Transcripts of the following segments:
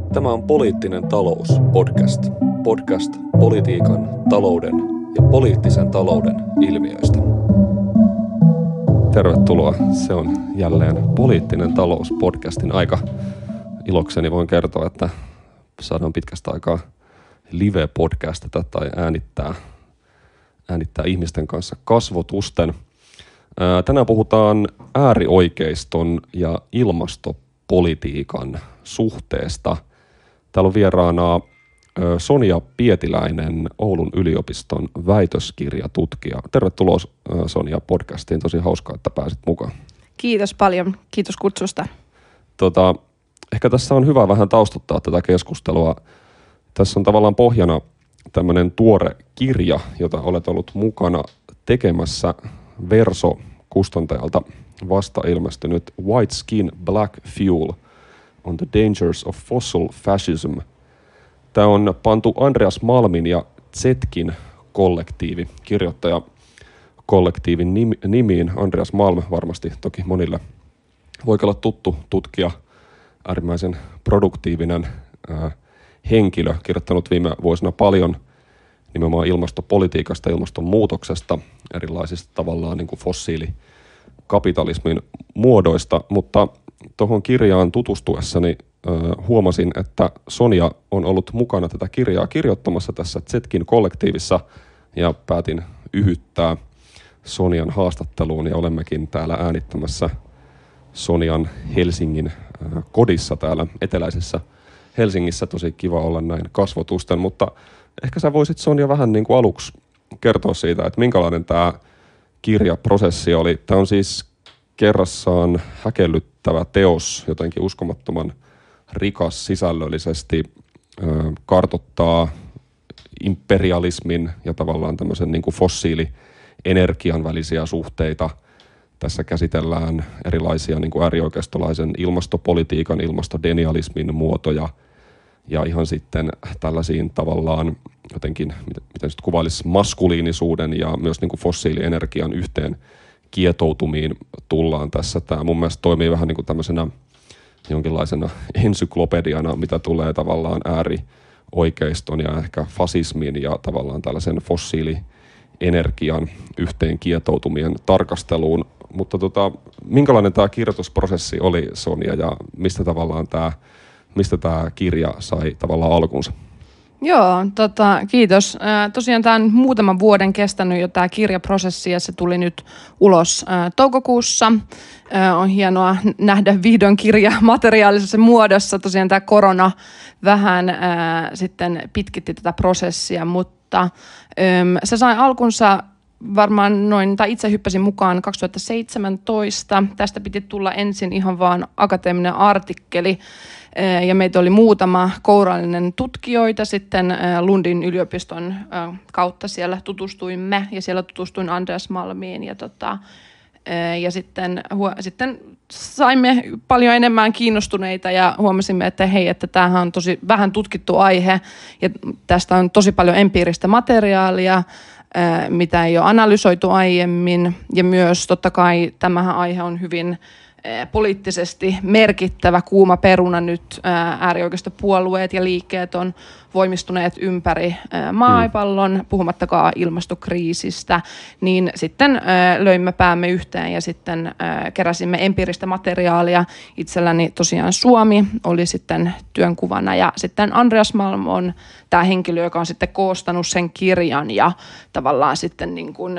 Tämä on Poliittinen talous podcast. Podcast politiikan, talouden ja poliittisen talouden ilmiöistä. Tervetuloa. Se on jälleen Poliittinen talous podcastin aika. Ilokseni voin kertoa, että saadaan pitkästä aikaa live-podcastata tai äänittää ihmisten kanssa kasvotusten. Tänään puhutaan äärioikeiston ja ilmastopolitiikan suhteesta. Täällä on vieraana Sonja Pietiläinen, Oulun yliopiston väitöskirjatutkija. Tervetuloa Sonja podcastiin. Tosi hauskaa, että pääsit mukaan. Kiitos paljon. Kiitos kutsusta. Ehkä tässä on hyvä vähän taustuttaa tätä keskustelua. Tässä on tavallaan pohjana tämmöinen tuore kirja, jota olet ollut mukana tekemässä Verso-kustantajalta vasta ilmestynyt White Skin Black Fuel on the Dangers of Fossil Fascism. Tämä on pantu Andreas Malmin ja Zetkin kollektiivi, kirjoittajakollektiivin nimiin. Andreas Malm varmasti toki monille voi olla tuttu tutkija, äärimmäisen produktiivinen henkilö, kirjoittanut viime vuosina paljon nimenomaan ilmastopolitiikasta, ilmastonmuutoksesta, erilaisista tavallaan niin kuin fossiilikapitalismin muodoista, mutta tuohon kirjaan tutustuessani huomasin, että Sonja on ollut mukana tätä kirjaa kirjoittamassa tässä Zetkin kollektiivissa ja päätin yhyttää Sonjan haastatteluun ja olemmekin täällä äänittämässä Sonjan Helsingin kodissa täällä eteläisessä Helsingissä. Tosi kiva olla näin kasvotusten, mutta ehkä sä voisit Sonja vähän niin kuin aluksi kertoa siitä, että minkälainen tämä kirjaprosessi oli. Tämä on siis kerrassaan häkellyttävä teos, jotenkin uskomattoman rikas sisällöllisesti, kartoittaa imperialismin ja tavallaan tämmöisen niin kuin fossiilienergian välisiä suhteita. Tässä käsitellään erilaisia niin kuin äärioikeistolaisen ilmastopolitiikan, ilmastodenialismin muotoja ja ihan sitten tällaisiin tavallaan jotenkin, miten sitten kuvailisi, maskuliinisuuden ja myös niin kuin fossiilienergian yhteen kietoutumiin tullaan tässä. Tämä mun mielestä toimii vähän niin kuin tämmöisenä jonkinlaisena ensyklopediana, mitä tulee tavallaan äärioikeiston ja ehkä fasismin ja tavallaan tällaisen fossiilienergian yhteen kietoutumien tarkasteluun. Mutta minkälainen tämä kirjoitusprosessi oli, Sonja, ja mistä tämä kirja sai tavallaan alkunsa? Joo, kiitos. Tosiaan tämä on muutaman vuoden kestänyt jo tämä kirjaprosessi ja se tuli nyt ulos toukokuussa. On hienoa nähdä vihdoin kirja materiaalisessa muodossa. Tosiaan tämä korona vähän sitten pitkitti tätä prosessia, mutta se sai alkunsa varmaan tai itse hyppäsin mukaan 2017. Tästä piti tulla ensin ihan vaan akateeminen artikkeli. Ja meitä oli muutama kourallinen tutkijoita sitten Lundin yliopiston kautta siellä tutustuimme ja siellä tutustuin Andreas Malmiin ja sitten saimme paljon enemmän kiinnostuneita ja huomasimme, että hei, että tämähän on tosi vähän tutkittu aihe ja tästä on tosi paljon empiiristä materiaalia, mitä ei ole analysoitu aiemmin ja myös totta kai tämähän aihe on hyvin poliittisesti merkittävä kuuma peruna nyt. Äärioikeistopuolueet ja liikkeet on voimistuneet ympäri maapallon, puhumattakaan ilmastokriisistä, niin sitten löimme päämme yhteen ja sitten keräsimme empiiristä materiaalia. Itselläni tosiaan Suomi oli sitten työnkuvana ja sitten Andreas Malm on tämä henkilö, joka on sitten koostanut sen kirjan ja tavallaan sitten niin kuin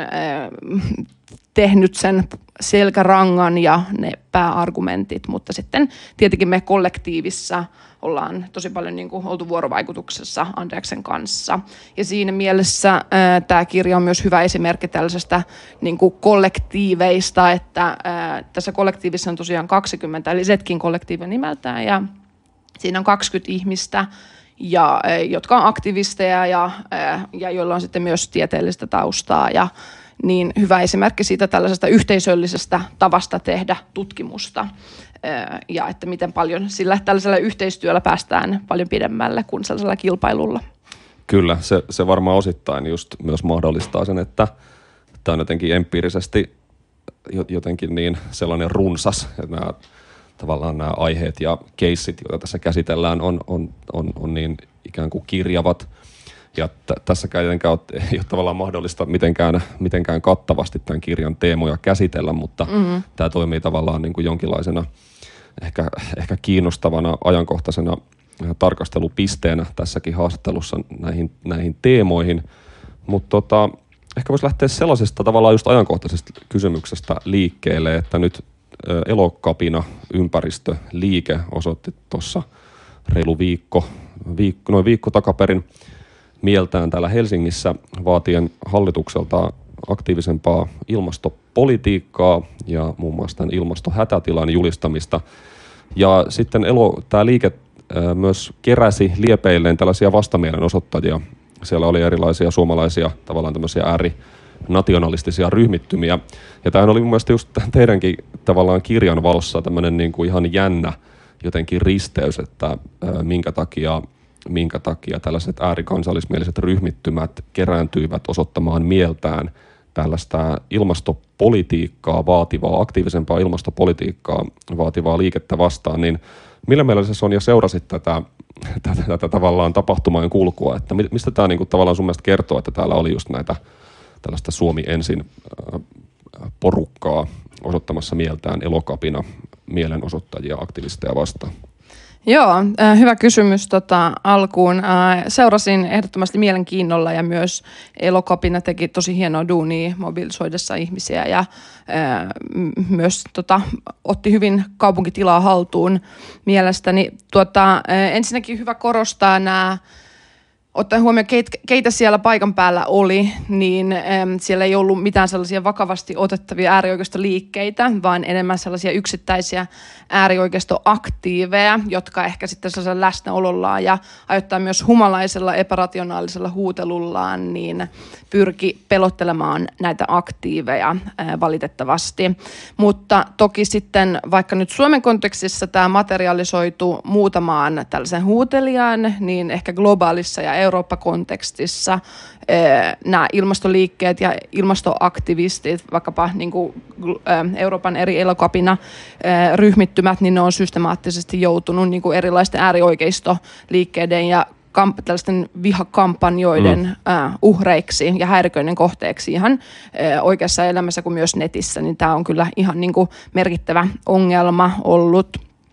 tehnyt sen selkärangan ja ne pääargumentit, mutta sitten tietenkin me kollektiivissa ollaan tosi paljon niin kuin oltu vuorovaikutuksessa Andreaksen kanssa. Ja siinä mielessä tämä kirja on myös hyvä esimerkki tällaisesta niin kuin kollektiiveista, että tässä kollektiivissa on tosiaan 20, eli Zetkin kollektiivi nimeltään, ja siinä on 20 ihmistä, jotka on aktivisteja ja joilla on sitten myös tieteellistä taustaa ja niin hyvä esimerkki siitä tällaisesta yhteisöllisestä tavasta tehdä tutkimusta ja että miten paljon sillä tällaisella yhteistyöllä päästään paljon pidemmälle kuin sellaisella kilpailulla. Kyllä, se varmaan osittain just myös mahdollistaa sen, että tämä on jotenkin empiirisesti jotenkin niin sellainen runsas, että nämä tavallaan nämä aiheet ja keissit, joita tässä käsitellään, on niin ikään kuin kirjavat. Ja tässäkään ei ole tavallaan mahdollista mitenkään kattavasti tämän kirjan teemoja käsitellä, mutta tämä toimii tavallaan niin kuin jonkinlaisena ehkä kiinnostavana ajankohtaisena tarkastelupisteenä tässäkin haastattelussa näihin teemoihin. Mutta ehkä voisi lähteä sellaisesta tavallaan just ajankohtaisesta kysymyksestä liikkeelle, että nyt Elokapina ympäristöliike osoitti tuossa reilu noin viikko takaperin mieltään täällä Helsingissä vaatien hallitukselta aktiivisempaa ilmastopolitiikkaa ja muun muassa tämän ilmastohätätilan julistamista. Ja sitten tämä liike myös keräsi liepeilleen tällaisia vastamielenosoittajia. Siellä oli erilaisia suomalaisia tavallaan tämmöisiä äärinationalistisia ryhmittymiä. Ja tämähän oli mun mielestä just teidänkin tavallaan kirjan valossa tämmöinen niin kuin ihan jännä jotenkin risteys, että minkä takia tällaiset äärikansallismieliset ryhmittymät kerääntyivät osoittamaan mieltään tällaista ilmastopolitiikkaa vaativaa, aktiivisempaa ilmastopolitiikkaa vaativaa liikettä vastaan, niin millä mielellä se Sonja seurasit tätä tavallaan tapahtumaan kulkua, että mistä tämä niinku tavallaan sun mielestä kertoo, että täällä oli just näitä tällaista Suomi ensin porukkaa osoittamassa mieltään Elokapina mielenosoittajia aktivisteja vastaan? Joo, hyvä kysymys alkuun. Seurasin ehdottomasti mielenkiinnolla ja myös Elokapina teki tosi hienoa duunia mobilisoidessa ihmisiä ja myös otti hyvin kaupunkitilaa haltuun mielestäni. Ensinnäkin hyvä korostaa nämä, ottaen huomioon, keitä siellä paikan päällä oli, niin siellä ei ollut mitään sellaisia vakavasti otettavia äärioikeistoliikkeitä, vaan enemmän sellaisia yksittäisiä äärioikeistoaktiiveja, jotka ehkä sitten sellaisella läsnäolollaan ja ajoittain myös humalaisella epärationaalisella huutelullaan niin pyrki pelottelemaan näitä aktiiveja valitettavasti. Mutta toki sitten vaikka nyt Suomen kontekstissa tämä materialisoitu muutamaan tällaisen huutelijaan, niin ehkä globaalissa ja Eurooppa-kontekstissa nämä ilmastoliikkeet ja ilmastoaktivistit, vaikkapa niin kuin Euroopan eri Elokapina ryhmittymät, niin ne on systemaattisesti joutunut niin kuin erilaisten äärioikeistoliikkeiden ja tällaisten vihakampanjoiden uhreiksi ja häiriköiden kohteeksi ihan oikeassa elämässä kuin myös netissä, niin tämä on kyllä ihan niin kuin merkittävä ongelma ollut.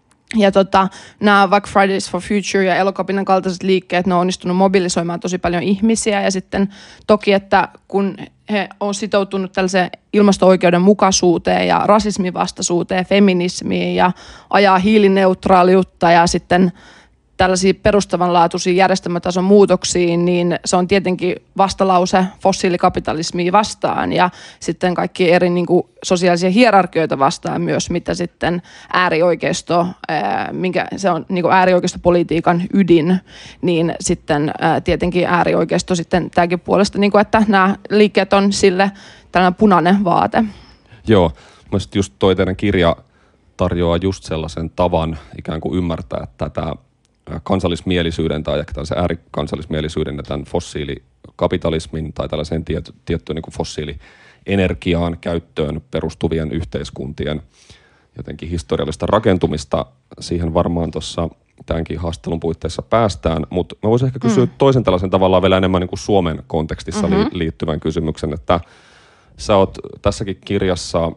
Ja nämä vaikka Fridays for Future ja Elokapinan kaltaiset liikkeet, ne on onnistunut mobilisoimaan tosi paljon ihmisiä ja sitten toki, että kun he on sitoutunut tällaiseen ilmasto-oikeudenmukaisuuteen ja rasismin vastaisuuteen, feminismiin ja ajaa hiilineutraaliutta ja sitten tällaisia perustavanlaatuisia järjestelmätason muutoksiin, niin se on tietenkin vastalause fossiilikapitalismia vastaan ja sitten kaikki eri niin kuin sosiaalisia hierarkioita vastaan myös, mitä sitten äärioikeisto, minkä se on niin kuin äärioikeistopolitiikan ydin, niin sitten tietenkin äärioikeisto sitten tämäkin puolesta, niin kuin, että nämä liikkeet on sille tällainen punainen vaate. Joo, mielestäni just toi teidän kirja tarjoaa just sellaisen tavan ikään kuin ymmärtää tätä kansallismielisyyden tai ehkä tällaisen äärikansallismielisyyden ja tämän fossiilikapitalismin tai tällaisen tiettyyn niin kuin fossiilienergiaan käyttöön perustuvien yhteiskuntien jotenkin historiallista rakentumista. Siihen varmaan tuossa tämänkin haastattelun puitteissa päästään, mutta mä voisin ehkä kysyä toisen tällaisen tavallaan vielä enemmän niin kuin Suomen kontekstissa liittyvän kysymyksen, että sä oot tässäkin kirjassa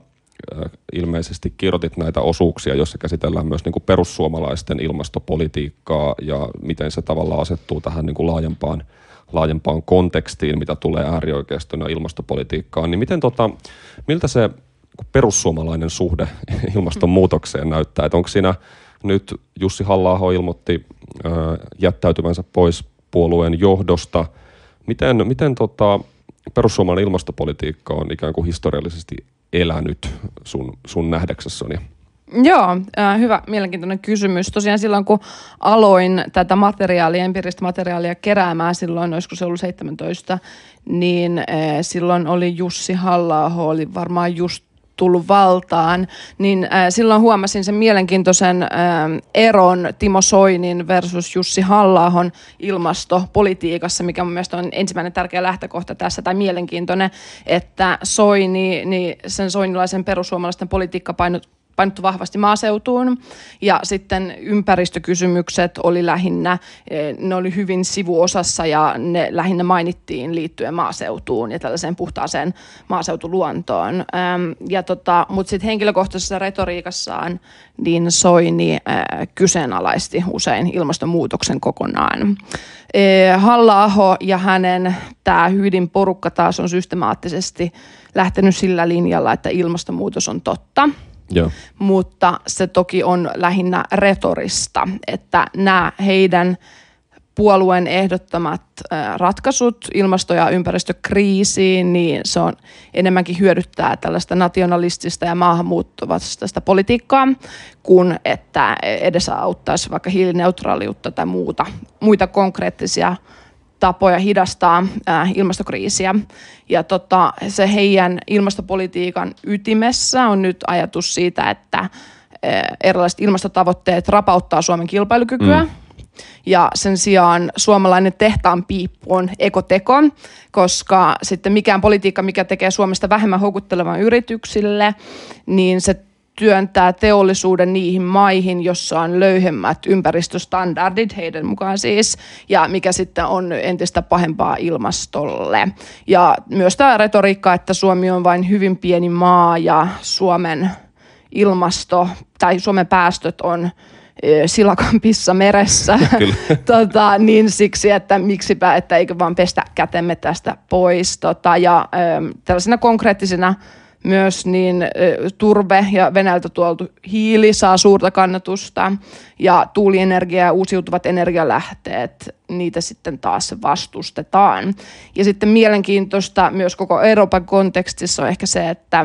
ilmeisesti kirjoitit näitä osuuksia, joissa käsitellään myös niin kuin perussuomalaisten ilmastopolitiikkaa ja miten se tavallaan asettuu tähän niin kuin laajempaan kontekstiin, mitä tulee äärioikeiston ja ilmastopolitiikkaan. Niin miltä se perussuomalainen suhde ilmastonmuutokseen näyttää? Että onko siinä nyt Jussi Halla-aho ilmoitti jättäytyvänsä pois puolueen johdosta. Miten perussuomalainen ilmastopolitiikka on ikään kuin historiallisesti elänyt sun nähdäksessäni? Joo, hyvä, mielenkiintoinen kysymys. Tosiaan silloin, kun aloin tätä empiiristä materiaalia keräämään, silloin, olisiko se ollut 17, niin silloin oli Jussi Halla-aho, oli varmaan just tullut valtaan, niin silloin huomasin sen mielenkiintoisen eron Timo Soinin versus Jussi Halla-ahon ilmastopolitiikassa, mikä mun mielestä on ensimmäinen tärkeä lähtökohta tässä, tai mielenkiintoinen, että Soini, niin sen soinilaisen perussuomalaisten politiikka painottu vahvasti maaseutuun ja sitten ympäristökysymykset oli lähinnä, ne oli hyvin sivuosassa ja ne lähinnä mainittiin liittyen maaseutuun ja tällaiseen puhtaaseen maaseutuluontoon. Mutta sitten henkilökohtaisessa retoriikassaan niin Soini kyseenalaisti usein ilmastonmuutoksen kokonaan. Halla-aho ja hänen tämä Hydin porukka taas on systemaattisesti lähtenyt sillä linjalla, että ilmastonmuutos on totta. Joo. Mutta se toki on lähinnä retorista, että nämä heidän puolueen ehdottamat ratkaisut ilmasto- ja ympäristökriisiin, niin se on enemmänkin hyödyttää tällaista nationalistista ja maahanmuuttovastaista politiikkaa, kuin että edesauttaisi vaikka hiilineutraaliutta tai muita konkreettisia tapoja hidastaa ilmastokriisiä. Ja se heidän ilmastopolitiikan ytimessä on nyt ajatus siitä, että erilaiset ilmastotavoitteet rapauttaa Suomen kilpailukykyä. Ja sen sijaan suomalainen tehtaan piippu on ekoteko, koska sitten mikään politiikka, mikä tekee Suomesta vähemmän houkuttelevan yrityksille, niin se työntää teollisuuden niihin maihin, jossa on löyhemmät ympäristöstandardit heidän mukaan siis, ja mikä sitten on entistä pahempaa ilmastolle. Ja myös tämä retoriikka, että Suomi on vain hyvin pieni maa ja Suomen ilmasto tai Suomen päästöt on silakan pissa meressä, niin siksi, että miksipä, että eikö vaan pestä kätemme tästä pois. Tällaisena konkreettisena myös niin turve ja Venäjältä tuoltu hiili saa suurta kannatusta ja tuulienergia ja uusiutuvat energialähteet, niitä sitten taas vastustetaan. Ja sitten mielenkiintoista myös koko Euroopan kontekstissa on ehkä se, että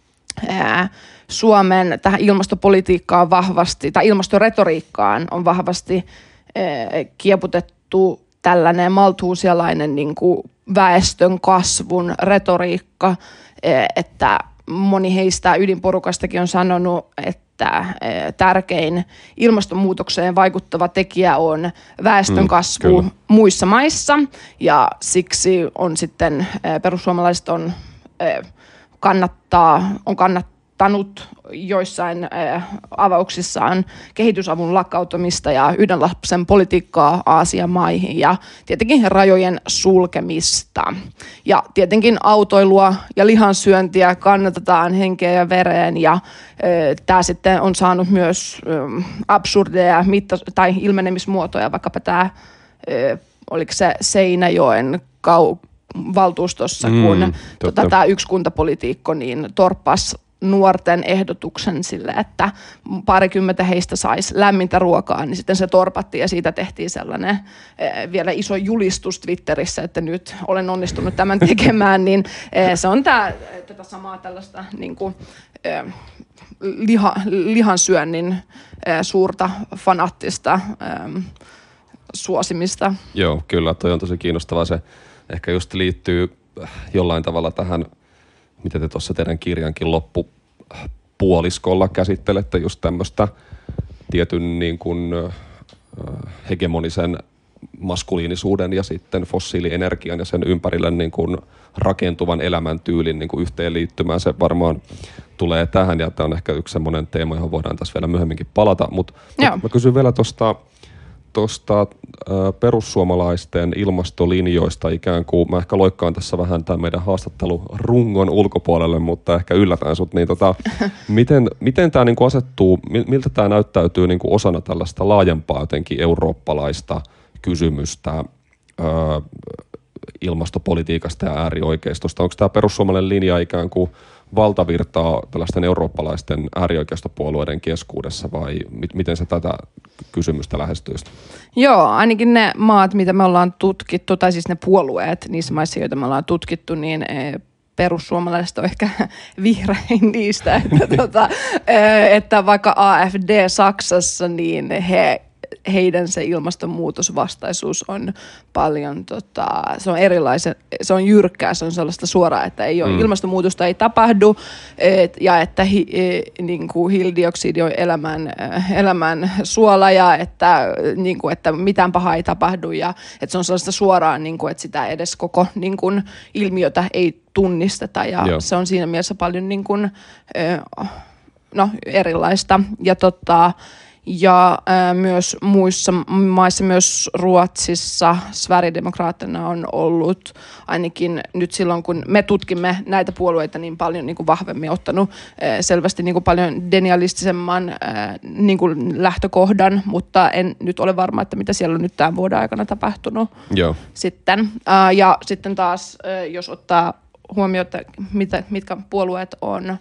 Suomen tähän ilmastopolitiikkaan vahvasti, tai ilmastoretoriikkaan on vahvasti kieputettu tällainen malthusialainen niin kuin väestön kasvun retoriikka, että moni heistä ydinporukastakin on sanonut, että tärkein ilmastonmuutokseen vaikuttava tekijä on väestönkasvu muissa maissa, ja siksi on sitten perussuomalaiset on kannattanut joissain avauksissaan kehitysavun lakkauttamista ja yhden lapsen politiikkaa Aasian maihin ja tietenkin rajojen sulkemista. Ja tietenkin autoilua ja lihansyöntiä kannatetaan henkeen ja vereen ja tämä sitten on saanut myös absurdeja tai ilmenemismuotoja, vaikkapa tämä, oliko se Seinäjoen valtuustossa, kun tämä yksi kuntapolitiikko niin torppasi nuorten ehdotuksen sille, että parikymmentä heistä saisi lämmintä ruokaa, niin sitten se torpattiin ja siitä tehtiin sellainen vielä iso julistus Twitterissä, että nyt olen onnistunut tämän tekemään, niin se on tätä samaa tällaista niin kuin, lihansyönnin suurta fanaattista suosimista. Joo, kyllä, toi on tosi kiinnostavaa. Se ehkä just liittyy jollain tavalla tähän, mitä te tuossa teidän kirjankin loppupuoliskolla käsittelette, just tämmöistä tietyn niin kuin hegemonisen maskuliinisuuden ja sitten fossiilienergian ja sen ympärille niin kuin rakentuvan elämäntyylin niin kuin yhteenliittymään. Se varmaan tulee tähän ja tämä on ehkä yksi semmoinen teema, johon voidaan tässä vielä myöhemminkin palata. Mutta mä kysyn vielä tuosta perussuomalaisten ilmastolinjoista ikään kuin, mä ehkä loikkaan tässä vähän tämän meidän haastattelurungon ulkopuolelle, mutta ehkä yllätän sut, niin miten tämä niinku asettuu, miltä tämä näyttäytyy niinku osana tällaista laajempaa jotenkin eurooppalaista kysymystä ilmastopolitiikasta ja äärioikeistosta? Onko tämä perussuomalainen linja ikään kuin valtavirtaa tällaisten eurooppalaisten äärioikeistopuolueiden keskuudessa vai miten se tätä kysymystä lähestyisi? Joo, ainakin ne maat, mitä me ollaan tutkittu, tai siis ne puolueet niissä maissa, joita me ollaan tutkittu, niin perussuomalaiset on ehkä vihrein niistä, että vaikka AfD Saksassa, niin heidän se ilmastonmuutosvastaisuus on paljon, se on erilaisen, se on jyrkkää, se on sellaista suoraa, että ei ole ilmastonmuutosta ei tapahdu ja että niin kuin hiilidioksidi on elämän suola ja että mitään pahaa ei tapahdu ja että se on sellaista suoraa, niin kuin, että sitä edes koko niin kuin, ilmiötä ei tunnisteta ja se on siinä mielessä paljon niin kuin, erilaista. Ja myös muissa maissa, myös Ruotsissa, Sverigedemokraterna on ollut ainakin nyt silloin, kun me tutkimme näitä puolueita niin paljon niin kuin vahvemmin ottanut selvästi niin kuin paljon denialistisemman niin kuin lähtökohdan, mutta en nyt ole varma, että mitä siellä on nyt tämän vuoden aikana tapahtunut. Joo. Sitten. Ja sitten taas, jos ottaa huomioon, mitkä puolueet on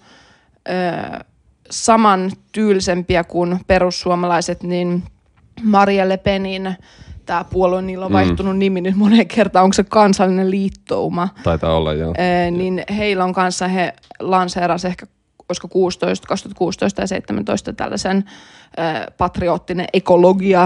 saman tyylisempiä kuin perussuomalaiset, niin Maria Le Penin tämä puolue, niillä on vaihtunut nimi nyt moneen kertaan, onko se Kansallinen liittouma? Taitaa olla, joo. Niin heillä on kanssa, he lanseerasivat ehkä, olisiko 2016 ja 2017 tällaisen patriottinen ekologia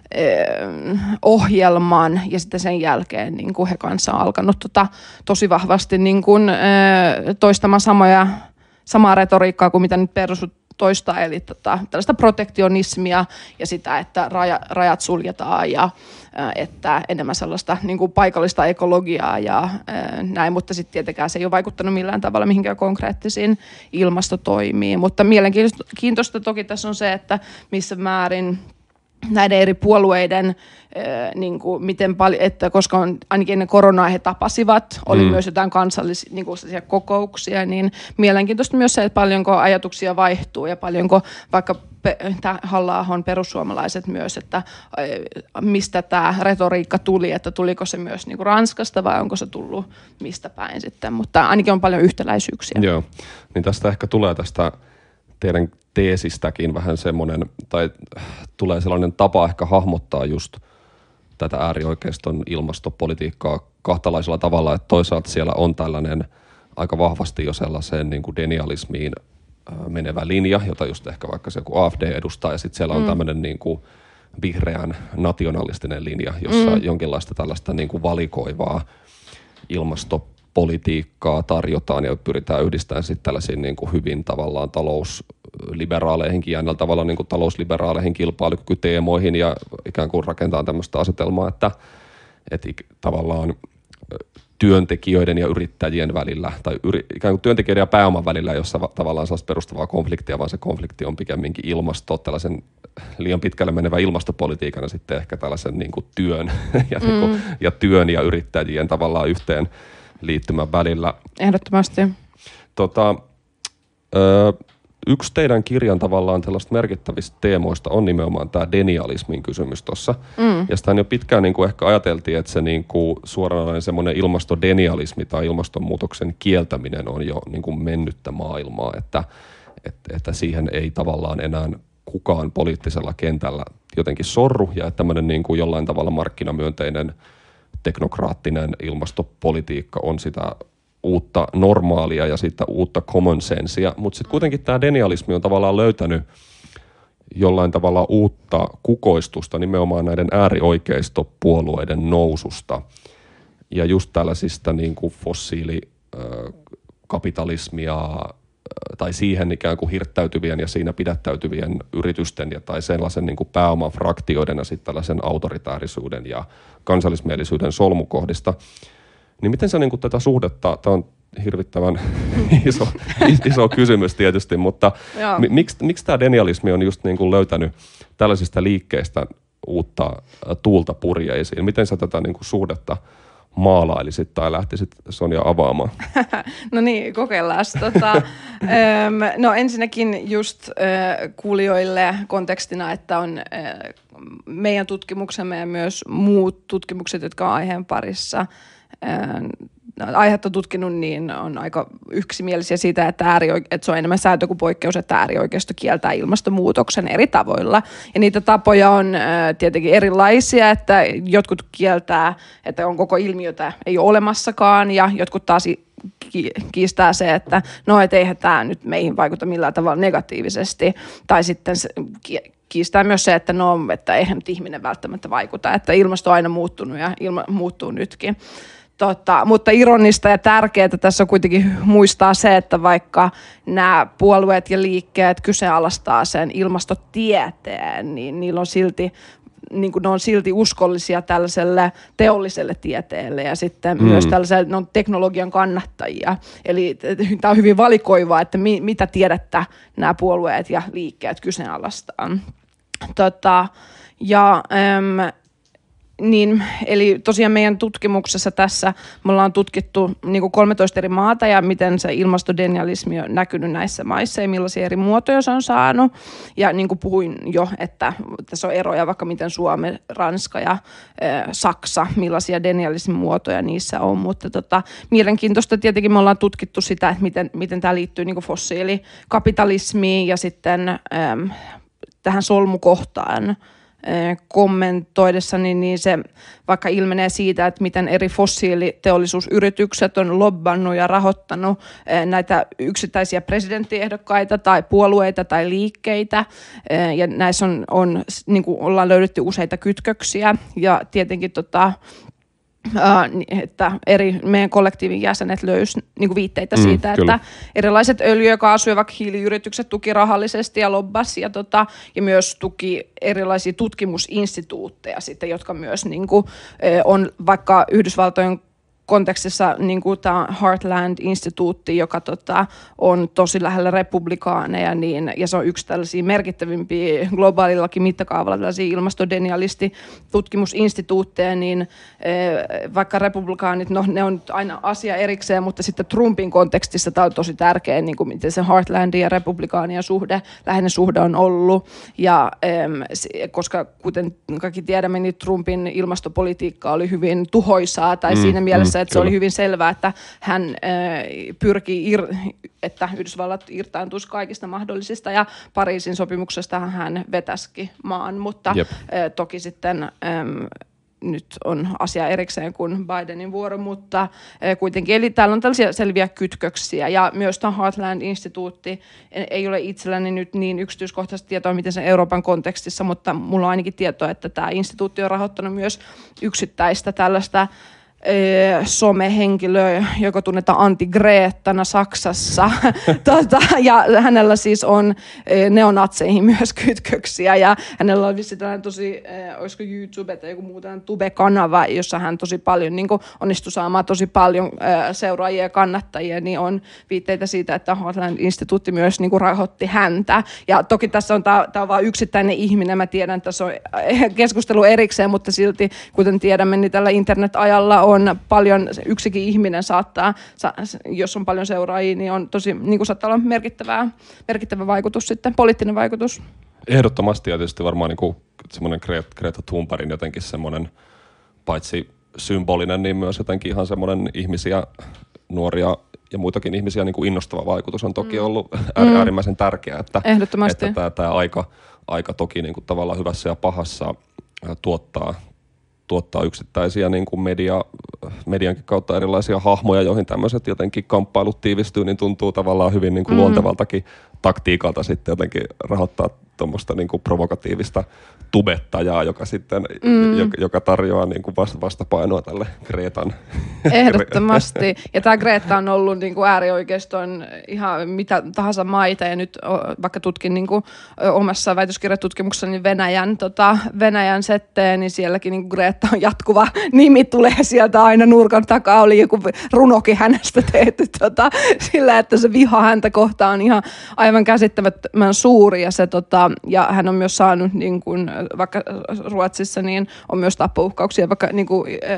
ohjelman, ja sitten sen jälkeen niin kuin he kanssa on alkanut tosi vahvasti niin kuin, toistamaan samaa retoriikkaa kuin mitä nyt perusut toistaa, eli tällaista protektionismia ja sitä, että rajat suljetaan ja että enemmän sellaista niin kuin paikallista ekologiaa ja näin, mutta sitten tietenkään se ei ole vaikuttanut millään tavalla mihinkään konkreettisiin ilmastotoimiin, mutta mielenkiintoista toki tässä on se, että missä määrin näiden eri puolueiden, niin kuin miten paljon, että koska ainakin ennen koronaa he tapasivat, oli myös jotain kansallisia niin kuin kokouksia, niin mielenkiintoista myös se, että paljonko ajatuksia vaihtuu ja paljonko vaikka Halla-ahon perussuomalaiset myös, että mistä tämä retoriikka tuli, että tuliko se myös niin kuin Ranskasta vai onko se tullut mistä päin sitten, mutta ainakin on paljon yhtäläisyyksiä. Joo, niin tästä ehkä tulee tästä teidän teesistäkin vähän semmoinen, tai tulee sellainen tapa ehkä hahmottaa just tätä äärioikeiston ilmastopolitiikkaa kahtalaisella tavalla, että toisaalta siellä on tällainen aika vahvasti jo sellaiseen niin kuin denialismiin menevä linja, jota just ehkä vaikka se joku AfD edustaa, ja sitten siellä on tämmöinen niin kuin vihreän nationalistinen linja, jossa jonkinlaista tällaista niin kuin valikoivaa ilmastopolitiikkaa tarjotaan ja pyritään yhdistämään sitten tällaisiin niin kuin hyvin tavallaan talousliberaaleihinkin ja näillä tavalla niin kuin talousliberaaleihin kilpailukykyteemoihin ja ikään kuin rakentaa tämmöistä asetelmaa, että tavallaan työntekijöiden ja yrittäjien välillä tai ikään kuin työntekijöiden ja pääoman välillä, jossa tavallaan sellaista perustavaa konfliktia, vaan se konflikti on pikemminkin tällaisen liian pitkälle menevä ilmastopolitiikan ja sitten ehkä tällaisen niin kuin työn ja työn ja yrittäjien tavallaan yhteen liittymän välillä. Ehdottomasti. Yksi teidän kirjan tavallaan tällaista merkittävistä teemoista on nimenomaan tämä denialismin kysymys tuossa. Ja sitä jo pitkään niin kuin ehkä ajateltiin, että se niin kuin suoranainen semmoinen ilmastodenialismi tai ilmastonmuutoksen kieltäminen on jo niin kuin mennyttä maailmaa, että siihen ei tavallaan enää kukaan poliittisella kentällä jotenkin sorru ja että tämmöinen niin kuin jollain tavalla markkinamyönteinen teknokraattinen ilmastopolitiikka on sitä uutta normaalia ja sitä uutta common sensea, mutta sitten kuitenkin tämä denialismi on tavallaan löytänyt jollain tavalla uutta kukoistusta nimenomaan näiden äärioikeistopuolueiden noususta ja just tällaisista niin kuin fossiilikapitalismia tai siihen ikään kuin hirttäytyvien ja siinä pidättäytyvien yritysten tai sellaisen niin kuin pääoman fraktioiden ja sitten tällaisen autoritäärisuuden ja kansallismielisyyden solmukohdista. Niin miten sä niin kuin tätä suhdetta, tämä on hirvittävän iso kysymys tietysti, mutta miksi tämä denialismi on just niin kuin löytänyt tällaisista liikkeistä uutta tuulta purjeisiin? Miten sä tätä niin kuin suhdetta maalailisit tai lähtisit Sonja avaamaan? No niin, kokeillaan. No ensinnäkin just kuulijoille kontekstina, että on meidän tutkimuksemme ja myös muut tutkimukset, jotka on aiheen parissa aihetta tutkinut, niin on aika yksimielisiä siitä, että se on enemmän sääntö kuin poikkeus, että äärioikeisto kieltää ilmastonmuutoksen eri tavoilla. Ja niitä tapoja on tietenkin erilaisia, että jotkut kieltää, että on koko ilmiötä ei ole olemassakaan, ja jotkut taas kiistää se, että no, et eihän tämä nyt meihin vaikuta millään tavalla negatiivisesti, tai sitten kiistää myös se, että no, että eihän nyt ihminen välttämättä vaikuta, että ilmasto on aina muuttunut ja muuttuu nytkin. Mutta ironista ja tärkeää tässä on kuitenkin muistaa se, että vaikka nämä puolueet ja liikkeet kyseenalaistaa sen ilmastotieteen, niin niillä on silti niin kuin ne on silti uskollisia tällaiselle teolliselle tieteelle ja sitten myös tällaiselle, ne on teknologian kannattajia. Eli tämä on hyvin valikoivaa, että mitä tiedettä nämä puolueet ja liikkeet kyseenalaistaa. Niin, eli tosiaan meidän tutkimuksessa tässä me ollaan tutkittu niin kuin 13 eri maata ja miten se ilmastodenialismi on näkynyt näissä maissa ja millaisia eri muotoja se on saanut. Ja niin kuin puhuin jo, että tässä on eroja vaikka miten Suomi, Ranska ja Saksa, millaisia denialismimuotoja niissä on. Mutta mielenkiintoista tietenkin me ollaan tutkittu sitä, että miten tämä liittyy niin kuin fossiilikapitalismiin ja sitten tähän solmukohtaan kommentoidessani, niin se vaikka ilmenee siitä, että miten eri fossiiliteollisuusyritykset on lobbannut ja rahoittanut näitä yksittäisiä presidenttiehdokkaita tai puolueita tai liikkeitä. Ja näissä on niin kuin ollaan löydetty useita kytköksiä ja tietenkin että eri meidän kollektiivin jäsenet löysivät niin viitteitä siitä, että erilaiset öljy- ja kaasu- ja vaikka hiiliyritykset tuki rahallisesti ja lobbasi ja myös tuki erilaisia tutkimusinstituutteja sitten, jotka myös niin kuin, on vaikka Yhdysvaltojen kontekstissa niin kuin tämä Heartland-instituutti, joka on tosi lähellä republikaaneja, ja se on yksi tällaisia merkittävimpiä globaalillakin mittakaavalla tällaisia ilmastodenialisti-tutkimusinstituutteja, niin vaikka republikaanit, no ne on aina asia erikseen, mutta sitten Trumpin kontekstissa tämä on tosi tärkeä, niin kuin miten se Heartlandin ja republikaanien läheinen suhde on ollut, ja koska kuten kaikki tiedämme, niin Trumpin ilmastopolitiikka oli hyvin tuhoisaa, tai siinä mielessä, että se oli hyvin selvää, että hän pyrki, että Yhdysvallat irtaantuisi kaikista mahdollisista, ja Pariisin sopimuksesta hän vetäski maan, mutta toki sitten nyt on asia erikseen kuin Bidenin vuoro, mutta kuitenkin, eli täällä on tällaisia selviä kytköksiä, ja myös tämä Heartland-instituutti ei ole itselläni nyt niin yksityiskohtaisesti tietoa, miten se Euroopan kontekstissa, mutta mulla on ainakin tietoa, että tämä instituutti on rahoittanut myös yksittäistä tällaista somehenkilö, joka tunnetaan anti-Greettana Saksassa, ja hänellä siis on neonatseihin myös kytköksiä, ja hänellä on vissi tällainen tosi, olisiko YouTube tai joku muu Tube-kanava, jossa hän tosi paljon niin onnistui saamaan tosi paljon seuraajia ja kannattajia, niin on viitteitä siitä, että Heartland-instituutti myös niin rahoitti häntä, ja toki tässä on tämä on vain yksittäinen ihminen, mä tiedän, että tässä on keskustelu erikseen, mutta silti, kuten tiedämme, niin tällä internet-ajalla on paljon, yksikin ihminen saattaa, jos on paljon seuraajia, niin on tosi, niin kuin saattaa olla merkittävä vaikutus sitten, poliittinen vaikutus. Ehdottomasti, ja tietysti varmaan niin kuin semmoinen Greta Thunbergin jotenkin semmoinen, paitsi symbolinen, niin myös jotenkin ihan semmoinen ihmisiä, nuoria ja muitakin ihmisiä niin kuin innostava vaikutus on toki ollut äärimmäisen tärkeää, että tämä aika toki niin kuin tavallaan hyvässä ja pahassa tuottaa yksittäisiä niin kuin mediankin kautta erilaisia hahmoja, joihin tämmöiset jotenkin kamppailut tiivistyy, niin tuntuu tavallaan hyvin niin kuin luontevaltakin taktiikalta sitten jotenkin rahoittaa tuommoista niin kuin provokatiivista tubettajaa, joka sitten joka tarjoaa niin kuin vastapainoa tälle Greetan. Ehdottomasti. Ja tämä Greta on ollut niin kuin äärioikeiston ihan mitä tahansa maita, ja nyt vaikka tutkin niin kuin omassa väitöskirjatutkimuksessa niin Venäjän setteen, niin sielläkin niin kuin Greta on jatkuva nimi, tulee sieltä aina nurkan takaa, oli joku runokin hänestä tehty sillä, että se viha häntä kohtaan on ihan aivan käsittämättömän suuri, ja ja hän on myös saanut niin kuin, vaikka Ruotsissa niin on myös tappouhkauksia, vaikka niin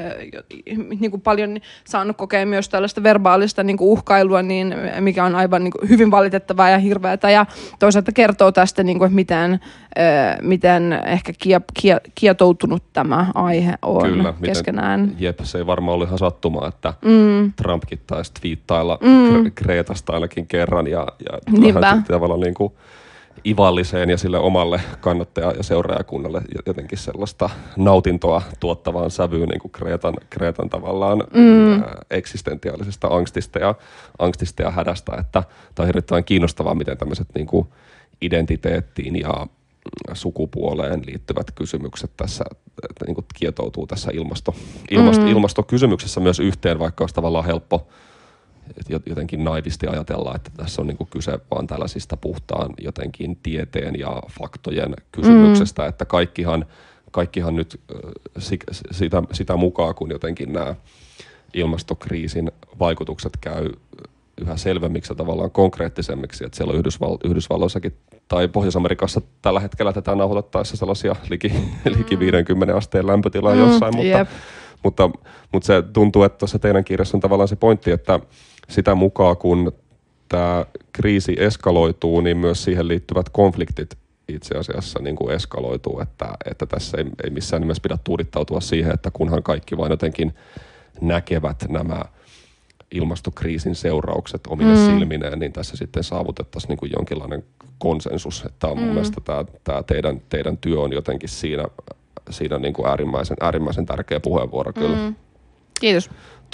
kuin paljon saanut kokea myös tällaista verbaalista niin kuin uhkailua, niin mikä on aivan niin kuin hyvin valitettavaa ja hirveätä, ja toisaalta kertoo tästä niin kuin, miten ehkä kietoutunut tämä aihe on. Kyllä, keskenään. Se ei varmaan ollut ihan sattumaa, että Trumpkin taisi twiittailla Greetasta ainakin kerran, ja vähän tavallaan niin kuin ivalliseen ja sille omalle kannattaja- ja seuraajakunnalle jotenkin sellaista nautintoa tuottavaan sävyyn niin kuin Greetan tavallaan eksistentiaalisesta angstista ja hädästä, että tämä on hirvittävän kiinnostavaa, miten tämmöiset niin kuin identiteettiin ja sukupuoleen liittyvät kysymykset tässä niin kuin kietoutuu tässä ilmastokysymyksessä myös yhteen, vaikka olisi tavallaan helppo jotenkin naivisti ajatella, että tässä on niin kuin kyse vaan tällaisista puhtaan jotenkin tieteen ja faktojen kysymyksestä, että kaikkihan kaikkihan nyt sitä mukaan, kun jotenkin nämä ilmastokriisin vaikutukset käy yhä selvemmiksi ja tavallaan konkreettisemmiksi, että siellä on Yhdysvalloissakin tai Pohjois-Amerikassa tällä hetkellä tätä nauhoitettaessa sellaisia liki 50 asteen lämpötilaa jossain, mutta se tuntuu, että tuossa teidän kirjassa on tavallaan se pointti, että sitä mukaan kun tämä kriisi eskaloituu, niin myös siihen liittyvät konfliktit itse asiassa niin kuin eskaloituu, että tässä ei missään nimessä pidä tuudittautua siihen, että kunhan kaikki vain jotenkin näkevät nämä ilmastokriisin seuraukset omille silmineen, niin tässä sitten saavutettaisiin niin kuin jonkinlainen konsensus. Että mun mielestä tämä teidän työ on jotenkin siinä niin kuin äärimmäisen tärkeä puheenvuoro kyllä. Kiitos.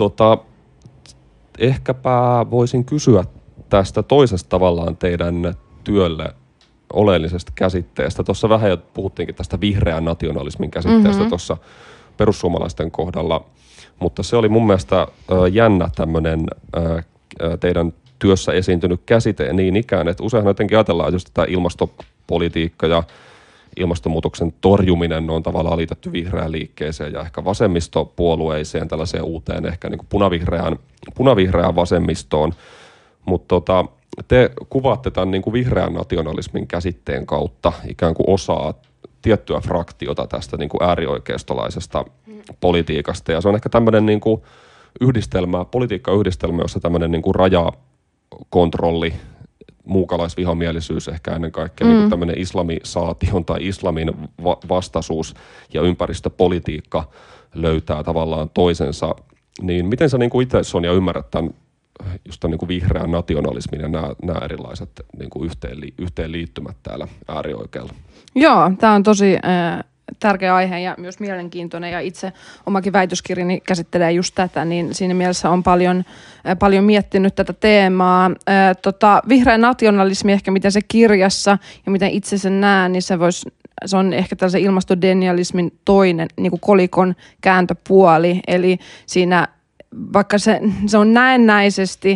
Ehkäpä voisin kysyä tästä toisesta tavallaan teidän työlle oleellisesta käsitteestä. Tuossa vähän jo puhuttiinkin tästä vihreän nationalismin käsitteestä tuossa perussuomalaisten kohdalla, mutta se oli mun mielestä jännä tämmöinen teidän työssä esiintynyt käsite niin ikään, että useinhan jotenkin ajatellaan just tätä ilmastopolitiikka ja ilmastonmuutoksen torjuminen on tavallaan liitetty vihreään liikkeeseen ja ehkä vasemmistopuolueiseen, tällaiseen uuteen ehkä niin kuin punavihreään vasemmistoon, mutta te kuvaatte tämän niin kuin vihreän nationalismin käsitteen kautta ikään kuin osaa tiettyä fraktiota tästä niin kuin äärioikeistolaisesta politiikasta. Ja se on ehkä tämmöinen niin kuin politiikkayhdistelmä, jossa tämmöinen niin kuin rajakontrolli, muukalaisvihamielisyys ehkä ennen kaikkea, niin kuin tämmöinen islamisaation tai islamin vastaisuus ja ympäristöpolitiikka löytää tavallaan toisensa. Niin miten sä niin kuin itse, Sonja, ymmärrät tämän just tämän niin kuin vihreän nationalismin ja nämä erilaiset niin kuin yhteenliittymät täällä äärioikealla? Joo, tämä on tosi tärkeä aihe ja myös mielenkiintoinen, ja itse omakin väitöskirjani käsittelee just tätä, niin siinä mielessä on paljon miettinyt tätä teemaa. Vihreä nationalismi, ehkä miten se kirjassa ja miten itse sen näen, niin se on ehkä tällaisen ilmastodenialismin toinen niin kuin kolikon kääntöpuoli, eli siinä vaikka se on näennäisesti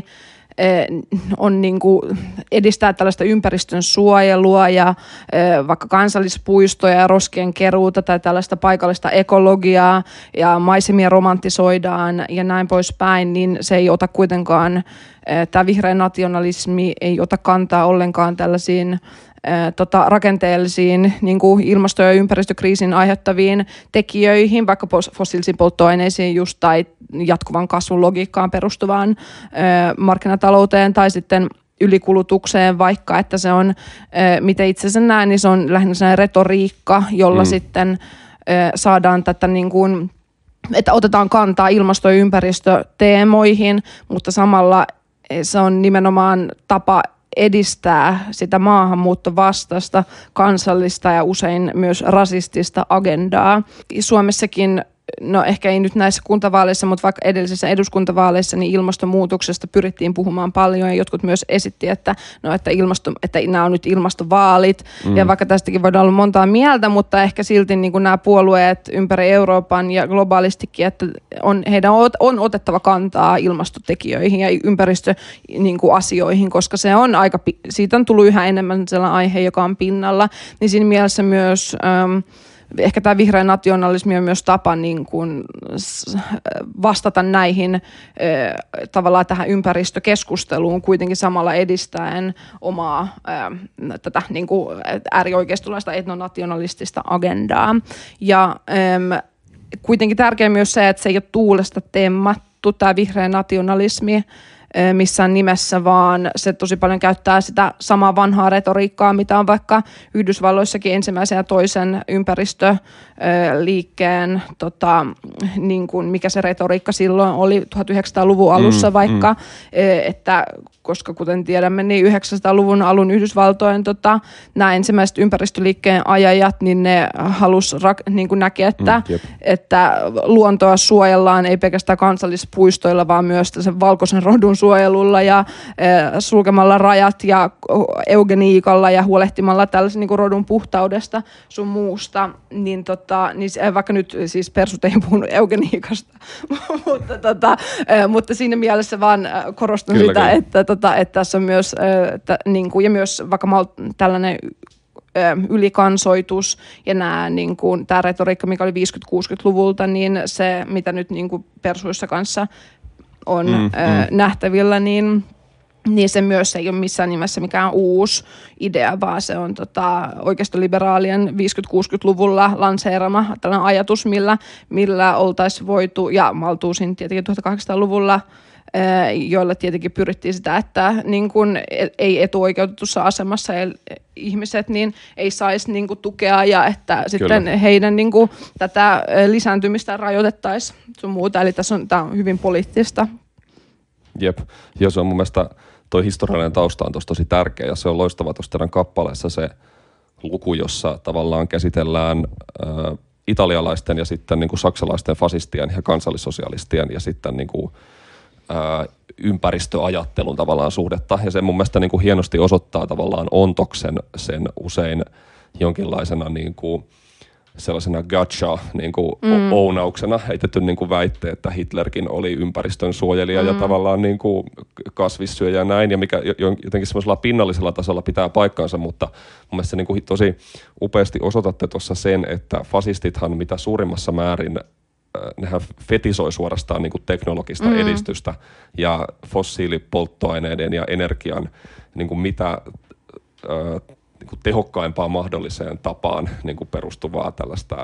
on niin kuin edistää tällaista ympäristön suojelua ja vaikka kansallispuistoja ja roskien keruuta tai tällaista paikallista ekologiaa ja maisemia romantisoidaan ja näin poispäin, niin se ei ota kuitenkaan, tämä vihreä nationalismi ei ota kantaa ollenkaan tällaisiin rakenteellisiin niin kuin ilmasto- ja ympäristökriisin aiheuttaviin tekijöihin, vaikka fossiilisiin polttoaineisiin just, tai jatkuvan kasvun logiikkaan perustuvaan markkinatalouteen tai sitten ylikulutukseen, vaikka että se on, miten itse sen näen, niin se on lähinnä sellainen retoriikka, jolla sitten saadaan tätä niin kuin, että otetaan kantaa ilmasto- ja ympäristöteemoihin, mutta samalla se on nimenomaan tapa edistää sitä maahanmuuttovastaista, kansallista ja usein myös rasistista agendaa. Suomessakin, no ehkä ei nyt näissä kuntavaaleissa, mutta vaikka edellisissä eduskuntavaaleissa, niin ilmastonmuutoksesta pyrittiin puhumaan paljon ja jotkut myös esitti, että nämä on nyt ilmastovaalit ja vaikka tästäkin voidaan olla montaa mieltä, mutta ehkä silti niin kuin nämä puolueet ympäri Euroopan ja globaalistikin, että heidän on otettava kantaa ilmastotekijöihin ja ympäristöasioihin, koska se on siitä on tullut yhä enemmän sellainen aihe, joka on pinnalla, niin siinä mielessä myös ehkä tämä vihreä nationalismi on myös tapa niin kuin vastata näihin tavallaan tähän ympäristökeskusteluun kuitenkin samalla edistäen omaa tätä niin kuin äärioikeistolaista etnonationalistista agendaa. Ja kuitenkin tärkeää myös se, että se ei ole tuulesta temmattu tämä vihreä nationalismi missään nimessä, vaan se tosi paljon käyttää sitä samaa vanhaa retoriikkaa, mitä on vaikka Yhdysvalloissakin ensimmäisen ja toisen ympäristöliikkeen, niin kuin mikä se retoriikka silloin oli 1900-luvun alussa vaikka, että koska kuten tiedämme, niin 900-luvun alun Yhdysvaltojen nämä ensimmäiset ympäristöliikkeen ajajat, niin ne halusivat niin näkeä, että luontoa suojellaan ei pelkästään kansallispuistoilla, vaan myös sen valkoisen rodun suojelulla ja sulkemalla rajat ja eugeniikalla ja huolehtimalla tällaisen niin rodun puhtaudesta sun muusta, niin, niin vaikka nyt siis persut ei puhunut eugeniikasta, mutta siinä mielessä vaan korostan sitä, että tässä on myös, niin kuin, ja myös vaikka tällainen ylikansoitus ja niin kuin, tämä retoriikka, mikä oli 50-60-luvulta, niin se, mitä nyt niin kuin Persuissa kanssa on nähtävillä, niin se myös ei ole missään nimessä mikään uusi idea, vaan se on oikeistoliberaalien 50-60-luvulla lanseerama tällainen ajatus, millä oltaisiin voitu, ja Malthusin tietenkin 1800-luvulla, joilla tietenkin pyrittiin sitä, että niin kun ei etuoikeutetussa asemassa ihmiset niin ei saisi niin kun tukea ja että sitten Kyllä. heidän niin kun, tätä lisääntymistä rajoitettaisiin sun muuta. Eli tämä on hyvin poliittista. Jep, ja se on mun mielestä toi historiallinen tausta on tosi tärkeä ja se on loistava tuossa teidän kappaleessa se luku, jossa tavallaan käsitellään italialaisten ja sitten niin kuin saksalaisten fasistien ja kansallissosialistien ja sitten niin kuin ympäristöajattelun tavallaan suhdetta. Ja se mun mielestä niin kuin hienosti osoittaa tavallaan Ontoksen sen usein jonkinlaisena niin kuin sellaisena gotcha niin kuin ounauksena heitetty niin kuin väitteet, että Hitlerkin oli ympäristön suojelija ja tavallaan niin kuin kasvissyöjä ja näin, ja mikä jotenkin semmoisella pinnallisella tasolla pitää paikkaansa, mutta mun mielestä niin kuin tosi upeasti osoitatte tuossa sen, että fasistithan mitä suurimmassa määrin nehän fetisoi suorastaan niin kuin teknologista edistystä ja fossiilipolttoaineiden ja energian niin kuin mitä niin kuin tehokkaimpaan mahdolliseen tapaan niin kuin perustuvaa tällaista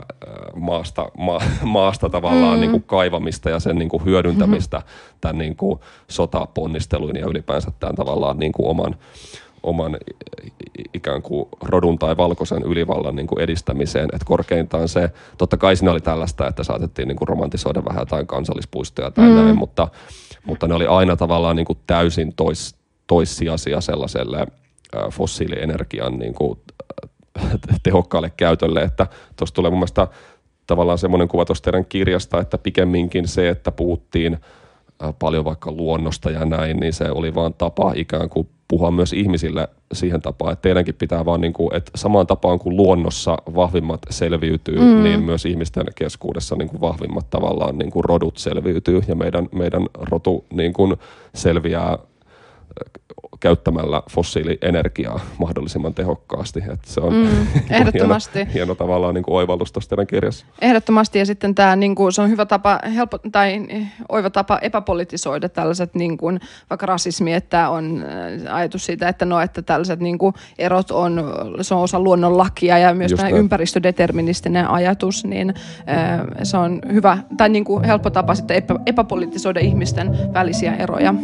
maasta tavallaan niin kuin kaivamista ja sen niin kuin hyödyntämistä tämän niin kuin sotaponnisteluin ja ylipäänsä tämän tavallaan niin kuin oman ikään kuin rodun tai valkoisen ylivallan niin kuin edistämiseen, että korkeintaan se, totta kai siinä oli tällaista, että saatettiin niin kuin romantisoida vähän jotain kansallispuistoja tai näin, mutta ne oli aina tavallaan niin kuin täysin toissijaisia sellaiselle fossiilienergian niin kuin tehokkaalle käytölle, että tuossa tulee mun mielestä tavallaan semmoinen kuva tuosta teidän kirjasta, että pikemminkin se, että puhuttiin paljon vaikka luonnosta ja näin, niin se oli vaan tapa ikään kuin puhua myös ihmisille siihen tapaan, että teidänkin pitää vaan niin kuin, että samaan tapaan kuin luonnossa vahvimmat selviytyy, niin myös ihmisten keskuudessa niin kuin vahvimmat tavallaan niin kuin rodut selviytyy ja meidän rotu niin kuin selviää käyttämällä fossiilienergiaa mahdollisimman tehokkaasti. Että se on ehdottomasti. hieno tavallaan niin kuin oivallus tuossa teidän kirjassa. Ehdottomasti, ja sitten tämä, niin kuin, se on hyvä tapa, oiva tapa epäpolitisoida tällaiset, niin kuin, vaikka rasismi, että on ajatus siitä, että että tällaiset niin kuin, erot se on osa luonnonlakia ja myös tämä ympäristödeterministinen ajatus, niin se on hyvä, tai niin kuin, helppo tapa sitten epäpolitisoida ihmisten välisiä eroja.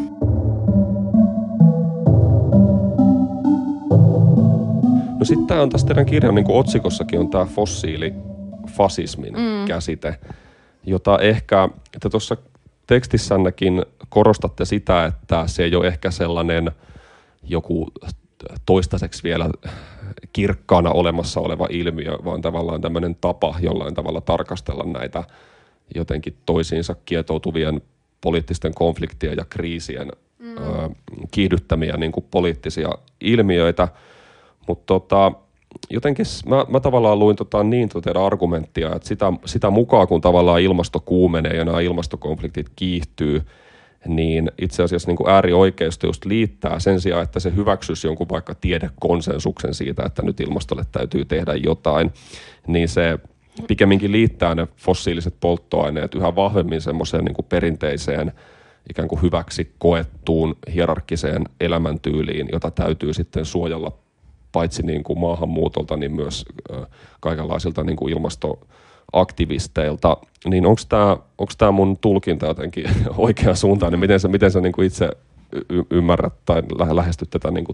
No sitten on tässä teidän kirjan niin kuin otsikossakin on tämä fossiilifasismin käsite, jota ehkä, että tuossa tekstissännekin korostatte sitä, että se ei ole ehkä sellainen joku toistaiseksi vielä kirkkaana olemassa oleva ilmiö, vaan tavallaan tämmöinen tapa jollain tavalla tarkastella näitä jotenkin toisiinsa kietoutuvien poliittisten konfliktien ja kriisien kiihdyttämiä niin kuin poliittisia ilmiöitä. Mutta jotenkin mä tavallaan luin teidän argumenttia, että sitä mukaan kun tavallaan ilmasto kuumenee ja nämä ilmastokonfliktit kiihtyy, niin itse asiassa niin kuin äärioikeisto just liittää sen sijaan, että se hyväksyisi jonkun vaikka tiedekonsensuksen siitä, että nyt ilmastolle täytyy tehdä jotain, niin se pikemminkin liittää ne fossiiliset polttoaineet yhä vahvemmin semmoiseen niin kuin perinteiseen ikään kuin hyväksi koettuun hierarkkiseen elämäntyyliin, jota täytyy sitten suojella paitsi niin kuin maahanmuutolta, niin myös kaikenlaisilta niin kuin ilmastoaktivisteilta. Niin onko tämä mun tulkinta jotenkin oikeaan suuntaan, niin miten sä niin kuin itse ymmärrät tai lähestyt tätä niin kuin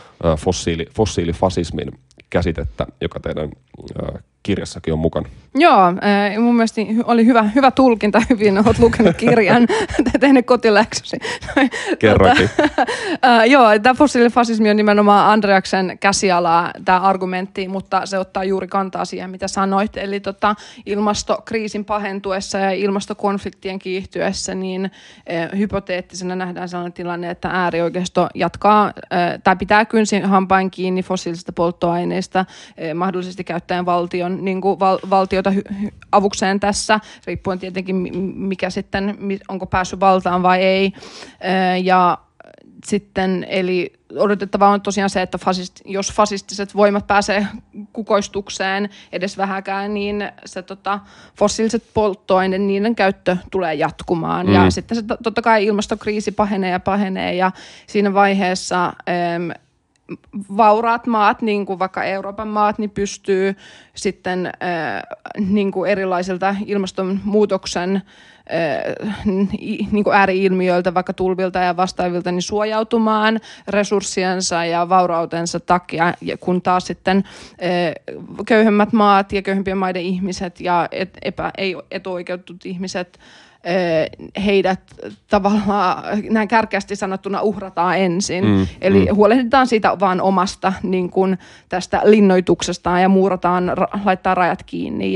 fossiilifasismin käsitettä, joka teidän kirjassakin on mukana? Joo, mun mielestä oli hyvä tulkinta, hyvin olet lukenut kirjan, tehnyt kotiläksysi. Kerrokin. Joo, tämä fossiilifasismi on nimenomaan Andreaksen käsialaa, tämä argumentti, mutta se ottaa juuri kantaa siihen, mitä sanoit. Eli ilmastokriisin pahentuessa ja ilmastokonfliktien kiihtyessä, niin hypoteettisena nähdään sellainen tilanne, että äärioikeisto jatkaa tai pitää kynsin hampain kiinni fossiilisista polttoaineista, mahdollisesti käyttäen valtiota avukseen tässä, riippuen tietenkin mikä sitten, onko päässyt valtaan vai ei. Ja sitten, eli odotettavaa on tosiaan se, että jos fasistiset voimat pääsee kukoistukseen edes vähäkään, niin se fossiiliset polttoaineet, niiden käyttö tulee jatkumaan. Ja sitten se totta kai ilmastokriisi pahenee ja siinä vaiheessa vauraat maat, niin kuin vaikka Euroopan maat, niin pystyy sitten niin kuin erilaisilta ilmastonmuutoksen niin kuin ääri-ilmiöiltä, vaikka tulvilta ja vastaavilta, niin suojautumaan resurssiensa ja vaurautensa takia, kun taas sitten köyhemmät maat ja köyhempien maiden ihmiset ja ei etuoikeutetut ihmiset, heidät tavallaan näin kärkeästi sanottuna uhrataan ensin. Eli huolehditaan siitä vaan omasta niin kuin tästä linnoituksesta ja muurataan, laittaa rajat kiinni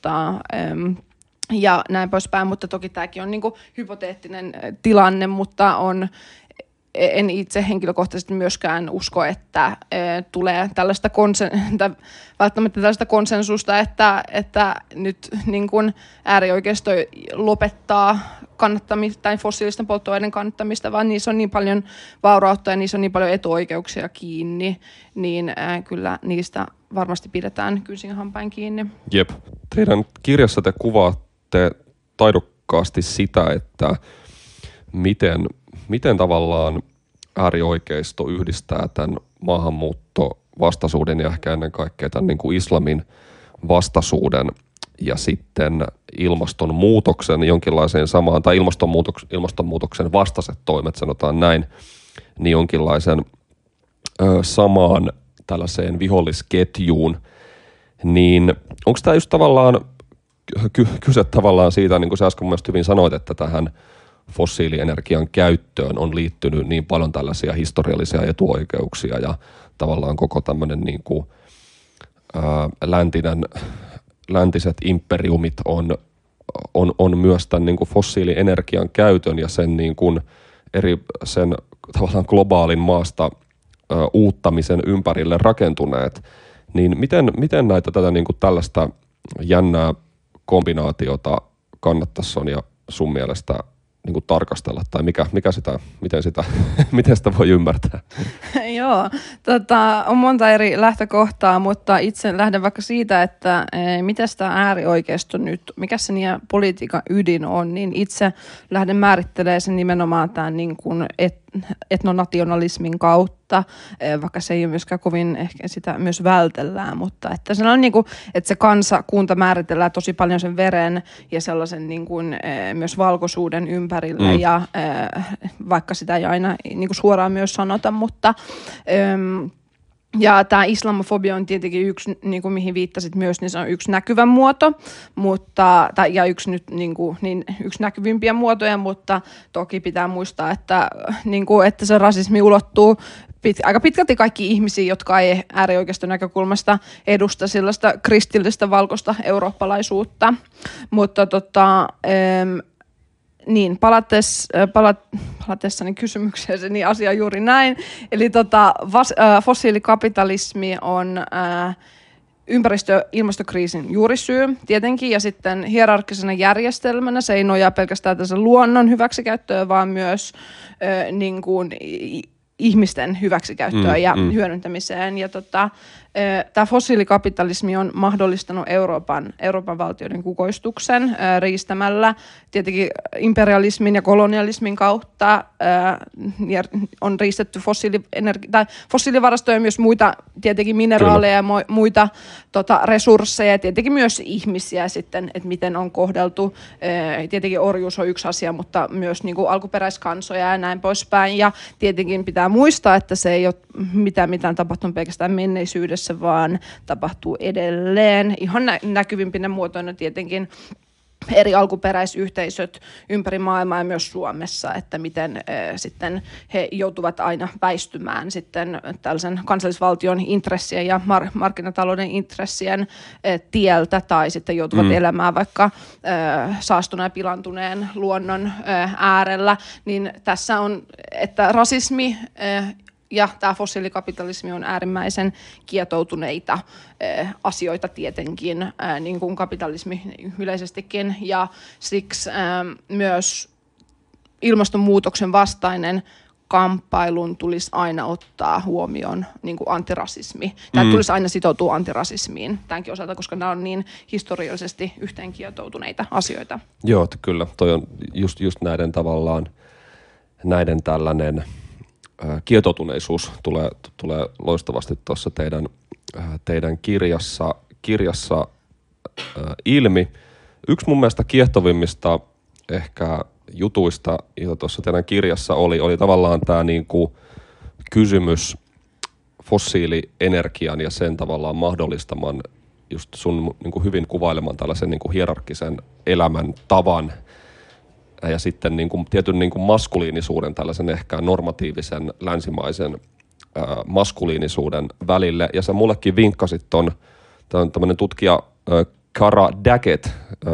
ja näin poispäin, mutta toki tämäkin on niin kuin hypoteettinen tilanne, mutta en itse henkilökohtaisesti myöskään usko, että tulee välttämättä tällaista konsensusta, että nyt niin kuin äärioikeisto lopettaa kannattamista tai fossiilisten polttoaineiden kannattamista, vaan niissä on niin paljon vaurautta ja niissä on niin paljon etuoikeuksia kiinni, niin kyllä niistä varmasti pidetään kynsin hampain kiinni. Jep. Teidän kirjassa te kuvaatte taidokkaasti sitä, että miten tavallaan äärioikeisto yhdistää tämän maahanmuuttovastaisuuden ja ehkä ennen kaikkea tämän niin kuin islamin vastaisuuden ja sitten ilmastonmuutoksen jonkinlaiseen samaan, tai ilmastonmuutoksen vastaiset toimet, sanotaan näin, niin jonkinlaisen samaan tällaiseen vihollisketjuun, niin onko tämä just tavallaan kyse tavallaan siitä, niin kuin sä äsken mielestäni hyvin sanoit, että tähän fossiilienergian käyttöön on liittynyt niin paljon tällaisia historiallisia etuoikeuksia ja tavallaan koko tämmöinen niin kuin, läntiset imperiumit on myös tämän niin kuin fossiilienergian käytön ja sen, niin kuin sen tavallaan globaalin maasta uuttamisen ympärille rakentuneet. Niin miten näitä tätä niin kuin tällaista jännää kombinaatiota kannattaisi Sonja sun mielestä niin kuin tarkastella, tai miten sitä voi ymmärtää? Joo, on monta eri lähtökohtaa, mutta itse lähden vaikka siitä, että mitä sitä äärioikeisto nyt, mikä se politiikan ydin on, niin itse lähden määrittelemään sen nimenomaan tämän niin kuin etnonationalismin kautta, vaikka se ei ole myöskään kovin, ehkä sitä myös vältellään, mutta että se on niin kuin, että se kansakunta määritellään tosi paljon sen veren ja sellaisen niin kuin, myös valkoisuuden ympärillä ja vaikka sitä ei aina niin kuin suoraan myös sanota, mutta ja tämä islamofobia on tietenkin yksi, niin kuin mihin viittasit myös, niin se on yksi näkyvä muoto, ja yksi näkyvimpiä muotoja, mutta toki pitää muistaa, että, niin kuin, että se rasismi ulottuu aika pitkälti kaikki ihmisiä, jotka ei äärioikeiston näkökulmasta edusta sellaista kristillistä valkoista eurooppalaisuutta, mutta niin, palatessani kysymykseesi, niin asia on juuri näin. Eli fossiilikapitalismi on ympäristö- ja ilmastokriisin juurisyy tietenkin, ja sitten hierarkkisena järjestelmänä se ei nojaa pelkästään tässä luonnon hyväksikäyttöön, vaan myös niin kuin ihmisten hyväksikäyttöön ja hyödyntämiseen. Ja tämä fossiilikapitalismi on mahdollistanut Euroopan valtioiden kukoistuksen riistämällä tietenkin imperialismin ja kolonialismin kautta. On riistetty fossiilivarastoja ja myös muita tietenkin mineraaleja ja muita resursseja ja tietenkin myös ihmisiä sitten, että miten on kohdeltu. Tietenkin orjuus on yksi asia, mutta myös niin kuin alkuperäiskansoja ja näin poispäin. Ja tietenkin pitää muistaa, että se ei ole mitään tapahtunut pelkästään menneisyydessä, vaan tapahtuu edelleen. Ihan näkyvimpinä muotoina tietenkin eri alkuperäisyhteisöt ympäri maailmaa ja myös Suomessa, että miten sitten he joutuvat aina väistymään sitten tällaisen kansallisvaltion intressien ja markkinatalouden intressien tieltä tai sitten joutuvat elämään vaikka saastuneen ja pilantuneen luonnon äärellä, niin tässä on, että rasismi ja tämä fossiilikapitalismi on äärimmäisen kietoutuneita asioita tietenkin, niin kuin kapitalismi yleisestikin, ja siksi myös ilmastonmuutoksen vastainen kamppailun tulisi aina ottaa huomioon niin kuin antirasismi. Tämä tulisi aina sitoutua antirasismiin tämänkin osalta, koska nämä on niin historiallisesti yhteenkietoutuneita asioita. Joo, kyllä. Toi on just näiden tavallaan, näiden tällainen kietoutuneisuus tulee loistavasti tuossa teidän kirjassa ilmi. Yksi mun mielestä kiehtovimmista ehkä jutuista, joita tuossa teidän kirjassa oli tavallaan tämä niinku kysymys fossiilienergian ja sen tavallaan mahdollistaman just sun niinku hyvin kuvaileman tällaisen niinku hierarkkisen elämän tavan ja sitten niinku tietyn niinku maskuliinisuuden, tällaisen ehkä normatiivisen länsimaisen maskuliinisuuden välille. Ja sä mullekin vinkkasit on tämmöinen tutkija Kara Daggett,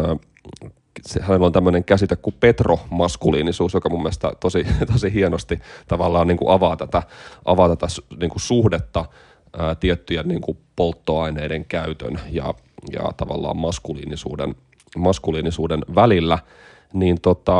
hänellä on tämmöinen käsite kuin petromaskuliinisuus, joka mun mielestä tosi hienosti tavallaan niin kuin avaa tätä niin kuin suhdetta tiettyjen niin kuin polttoaineiden käytön ja tavallaan maskuliinisuuden välillä. Niin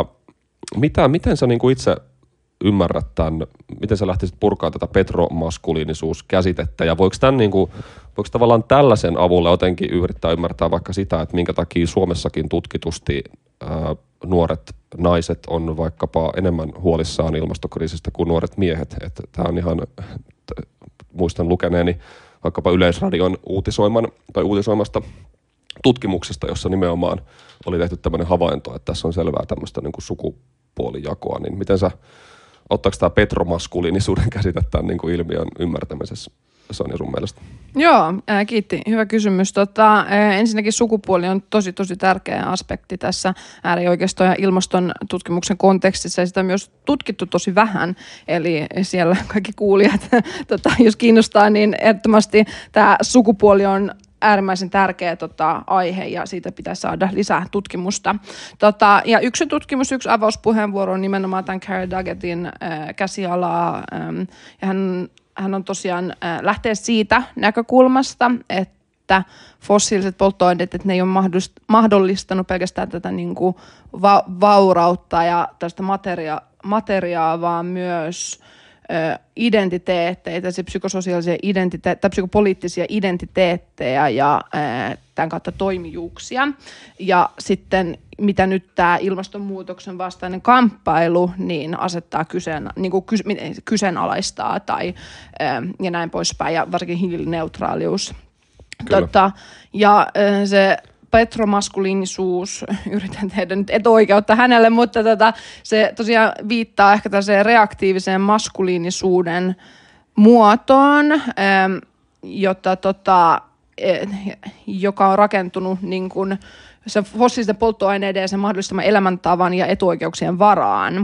miten sä niin kuin itse ymmärrät tämän, miten sä lähtisit purkaa tätä petromaskuliinisuuskäsitettä ja voiko tavallaan tällaisen avulla jotenkin yrittää ymmärtää vaikka sitä, että minkä takia Suomessakin tutkitusti nuoret naiset on vaikkapa enemmän huolissaan ilmastokriisistä kuin nuoret miehet. Että tämä on ihan, muistan lukeneeni vaikkapa Yleisradion uutisoimasta tutkimuksesta, jossa nimenomaan oli tehty tämmöinen havainto, että tässä on selvää tämmöistä niin kuin sukupuolijakoa, niin miten ottaako tämä petromaskuliinisuuden käsite tämän niin kuin ilmiön ymmärtämisessä, Sonja, sun mielestä? Joo, kiitti. Hyvä kysymys. Ensinnäkin sukupuoli on tosi tärkeä aspekti tässä äärioikeiston ja ilmaston tutkimuksen kontekstissa, ja sitä on myös tutkittu tosi vähän. Eli siellä kaikki kuulijat, jos kiinnostaa, niin ehdottomasti tämä sukupuoli on äärimmäisen tärkeä aihe ja siitä pitää saada lisää tutkimusta. Ja yksi avauspuheenvuoro on nimenomaan tämän Kara Daggettin käsialaa ja hän on tosiaan lähtee siitä näkökulmasta, että fossiiliset polttoaineet, että ne ei ole mahdollistanut pelkästään tätä niin kuin vaurautta ja tästä materiaa, vaan myös identiteetteitä, psykososiaalisia tai psykopoliittisia identiteettejä ja tämän kautta toimijuuksia. Ja sitten mitä nyt tämä ilmastonmuutoksen vastainen kamppailu niin asettaa kyseenalaistaa ja näin poispäin, ja varsinkin hiilineutraalius. Se petromaskuliinisuus, yritän tehdä nyt etuoikeutta hänelle, mutta se tosiaan viittaa ehkä tällaiseen reaktiiviseen maskuliinisuuden muotoon, joka on rakentunut niin kuin se fossiilisten polttoaineiden ja sen mahdollistaman elämäntavan ja etuoikeuksien varaan.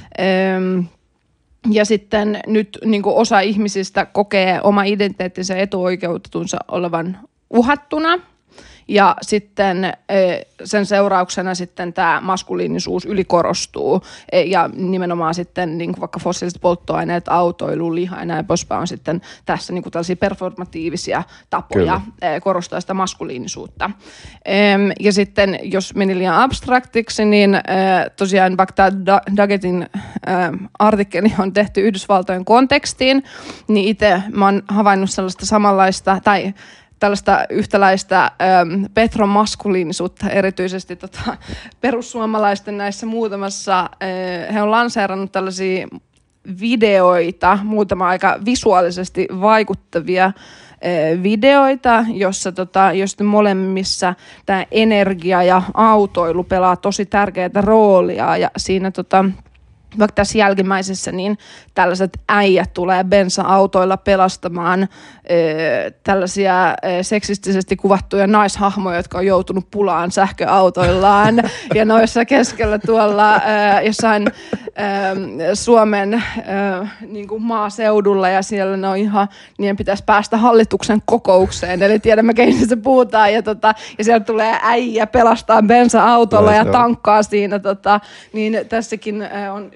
Ja sitten nyt niin kuin osa ihmisistä kokee oma identiteettinsä ja etuoikeutetunsa olevan uhattuna. Ja sitten sen seurauksena sitten tämä maskuliinisuus ylikorostuu ja nimenomaan sitten niin kuin vaikka fossiiliset polttoaineet, autoilu, liha ja näin poispäin on sitten tässä niin kuin tällaisia performatiivisia tapoja korostaa sitä maskuliinisuutta. Ja sitten jos meni liian abstraktiksi, niin tosiaan vaikka tämä Daggettin artikkeli on tehty Yhdysvaltojen kontekstiin, niin itse mä oon havainnut sellaista samanlaista tai tällaista yhtäläistä petromaskuliinisuutta, erityisesti perussuomalaisten näissä muutamassa, he on lanseerannut tällaisia videoita, muutama aika visuaalisesti vaikuttavia videoita, jossa molemmissa tämä energia ja autoilu pelaa tosi tärkeää roolia, ja siinä vaikka tässä jälkimmäisessä, niin tällaiset äijät tulee bensa-autoilla pelastamaan tällaisia seksistisesti kuvattuja naishahmoja, jotka on joutunut pulaan sähköautoillaan. Ja noissa keskellä tuolla jossain Suomen niin kuin maaseudulla, ja siellä ne on ihan, niiden pitäisi päästä hallituksen kokoukseen. Eli tiedämme, keistä puhutaan. Ja siellä tulee äijä pelastaa bensa-autolla ja tankkaa siinä. Niin tässäkin on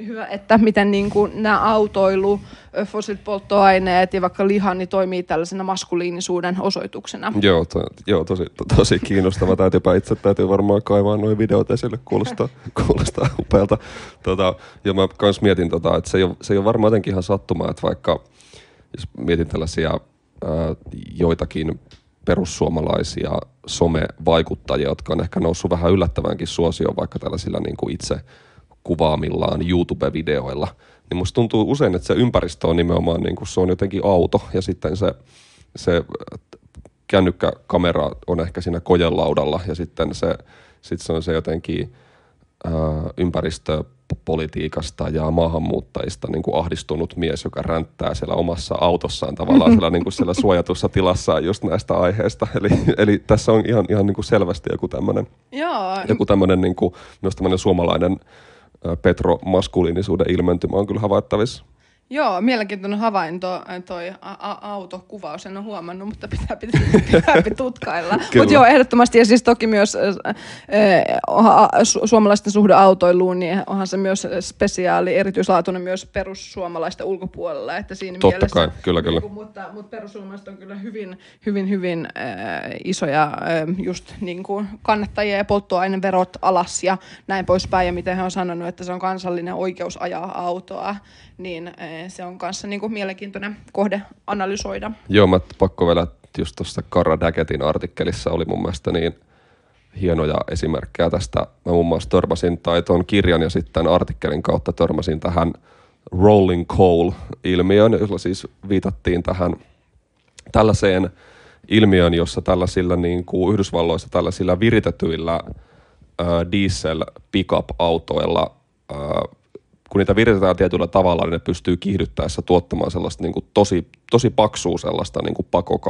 hyvä, että miten niin kuin nämä autoilu, fossiiliset polttoaineet ja vaikka liha niin toimii tällaisena maskuliinisuuden osoituksena. Joo, tosi kiinnostava. Täytyy varmaan kaivaa nuo videot esille, kuulostaa upealta. Ja mä kans mietin, että se ei ole varmaan jotenkin ihan sattumaa, että vaikka jos mietin tällaisia joitakin perussuomalaisia somevaikuttajia, jotka on ehkä noussut vähän yllättävänkin suosioon vaikka tällaisilla niin kuin itse kuvaamillaan YouTube-videoilla, niin musta tuntuu usein, että se ympäristö on nimenomaan niin kuin se on jotenkin auto ja sitten se kännykkäkamera on ehkä siinä kojelaudalla ja sitten se on se jotenkin ympäristöpolitiikasta ja maahanmuuttajista niin kuin ahdistunut mies, joka ränttää siellä omassa autossaan tavallaan siellä, niin kuin siellä suojatussa tilassa just näistä aiheista. Eli tässä on ihan niin kuin selvästi joku tämmöinen niin kuin, myös tämmöinen suomalainen petromaskuliinisuuden ilmentymä on kyllä havaittavissa. Joo, mielenkiintoinen havainto toi autokuvaus, en ole huomannut, mutta pitää tutkailla. Mutta joo, ehdottomasti ja siis toki myös suomalaisten suhde autoiluun, niin onhan se myös spesiaali, erityislaatuinen myös perussuomalaisten ulkopuolella, että siinä totta mielessä. Kai, kyllä. Mutta perussuomalaiset on kyllä hyvin isoja just niin kuin kannattajia ja polttoaineverot alas ja näin poispäin ja miten he on sanonut, että se on kansallinen oikeus ajaa autoa, niin se on kanssa niin kuin mielenkiintoinen kohde analysoida. Joo, mä pakko vielä, just tuossa Kara Daggettin artikkelissa oli mun mielestä niin hienoja esimerkkejä tästä. Mä muun muassa törmäsin tuon kirjan ja sitten artikkelin kautta törmäsin tähän rolling coal-ilmiön, jolla siis viitattiin tähän tällaiseen ilmiön, jossa tällaisilla niin kuin Yhdysvalloissa tällaisilla viritetyillä diesel pickup-autoilla kun niitä viritetään tietyllä tavalla, niin ne pystyy kiihdyttäessä tuottamaan sellaista niin kuin tosi paksua sellaista niin kuin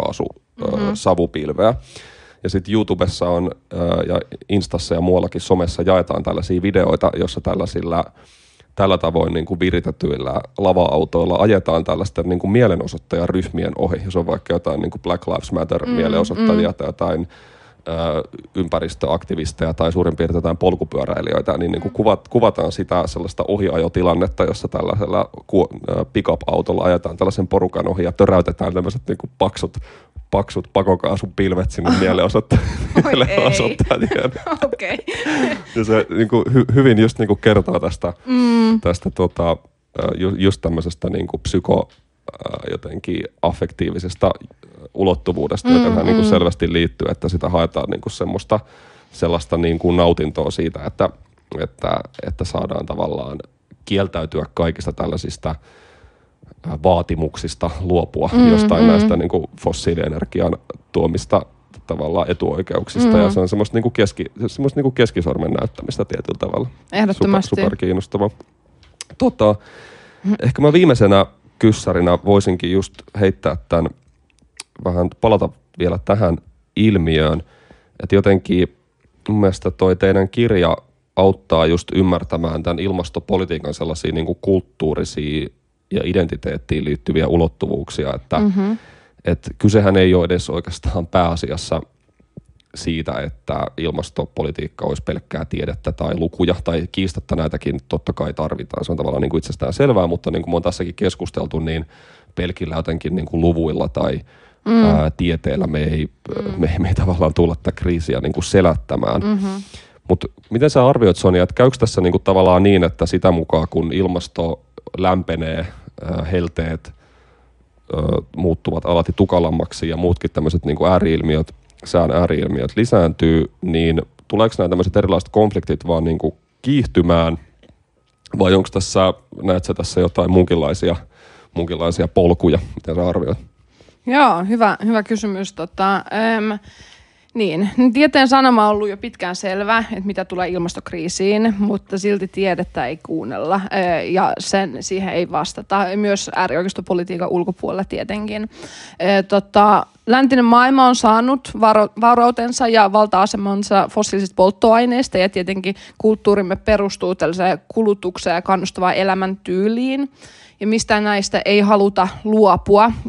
savupilveä. Ja sitten YouTubessa on ja Instassa ja muuallakin somessa jaetaan tällaisia videoita, jossa tällä tavoin niin kuin viritetyillä lava-autoilla ajetaan tällaisten niin kuin mielenosoittajaryhmien ohi. Jos on vaikka jotain niin kuin Black Lives Matter mielenosoittajia tai jotain ympäristöaktivisteja tai suurin piirtein jotain polkupyöräilijöitä, niin kuin kuvataan sitä sellaista ohiajotilannetta, jossa tällaisella pick-up-autolla ajetaan tällaisen porukan ohi ja töräytetään tämmöiset niin kuin paksut pakokaasun pilvet sinne mielenosoittajien. Okay. Ja se niin kuin, hyvin just niin kuin kertoo tästä just tämmöisestä niin kuin jotenkin affektiivisesta ulottuvuudesta, joka tähän niin kuin selvästi liittyy, että sitä haetaan niin kuin sellaista niin kuin nautintoa siitä, että saadaan tavallaan kieltäytyä kaikista tällaisista vaatimuksista luopua jostain näistä niin kuin fossiilienergian tuomista tavallaan etuoikeuksista ja se on semmoista niin kuin keskisormen näyttämistä tietyllä tavalla. Ehdottomasti. Super kiinnostava. Ehkä mä viimeisenä kyssarina voisinkin just heittää tämän, vähän palata vielä tähän ilmiöön, että jotenkin mun mielestä toi teidän kirja auttaa just ymmärtämään tämän ilmastopolitiikan sellaisia niin kuin kulttuurisia ja identiteettiin liittyviä ulottuvuuksia, että kysehän ei ole edes oikeastaan pääasiassa siitä, että ilmastopolitiikka olisi pelkkää tiedettä tai lukuja, tai kiistatta näitäkin totta kai tarvitaan. Se on tavallaan niin kuin itsestään selvää, mutta niin kuin me on tässäkin keskusteltu, niin pelkillä jotenkin niin kuin luvuilla tai tieteellä me ei tavallaan tulla tätä kriisiä niin kuin selättämään. Mutta miten sä arvioit, Sonja, että käykö tässä niin kuin tavallaan niin, että sitä mukaan kun ilmasto lämpenee, helteet muuttuvat alati tukalammaksi ja muutkin tämmöiset niin kuin sään ääriilmiöt lisääntyy, niin tuleeko nämä tämmöiset erilaiset konfliktit vaan niin kuin kiihtymään vai onko näet sä tässä jotain muunkinlaisia polkuja, miten sä arvioit? Joo, hyvä kysymys. Niin, tieteen sanoma on ollut jo pitkään selvä, että mitä tulee ilmastokriisiin, mutta silti tiedettä ei kuunnella ja siihen ei vastata. Myös äärioikeistopolitiikan ulkopuolella tietenkin. Läntinen maailma on saanut vaurautensa ja valta-asemansa fossiilisista polttoaineista ja tietenkin kulttuurimme perustuu tällaiseen kulutukseen ja kannustavaan elämäntyyliin. Ja mistään näistä ei haluta luopua ja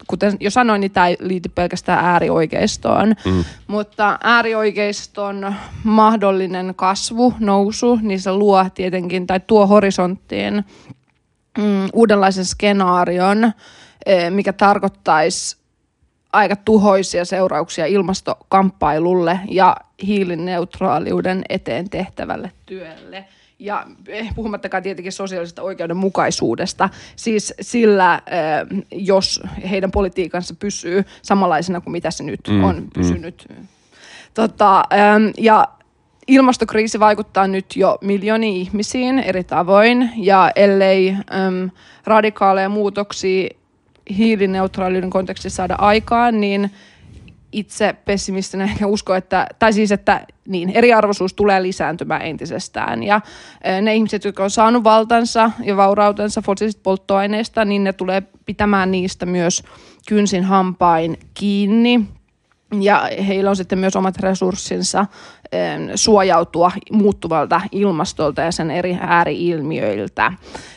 kuten jo sanoin, niin tämä ei liity pelkästään äärioikeistoon, mutta äärioikeiston mahdollinen kasvu, nousu, niin se luo tietenkin, tai tuo horisonttiin uudenlaisen skenaarion, mikä tarkoittaisi aika tuhoisia seurauksia ilmastokamppailulle ja hiilineutraaliuden eteen tehtävälle työlle. Ja puhumattakaan tietenkin sosiaalisesta oikeudenmukaisuudesta, siis sillä, jos heidän politiikansa pysyy samanlaisena kuin mitä se nyt on pysynyt. Ja ilmastokriisi vaikuttaa nyt jo miljooniin ihmisiin eri tavoin, ja ellei radikaaleja muutoksia hiilineutraaliuden kontekstissa saada aikaan, niin itse pessimistinä ehkä usko, että eriarvoisuus tulee lisääntymään entisestään. Ja ne ihmiset, jotka on saanut valtansa ja vaurautensa fossiilisista polttoaineista, niin ne tulee pitämään niistä myös kynsin hampain kiinni. Ja heillä on sitten myös omat resurssinsa suojautua muuttuvalta ilmastolta ja sen eri ääriilmiöiltä.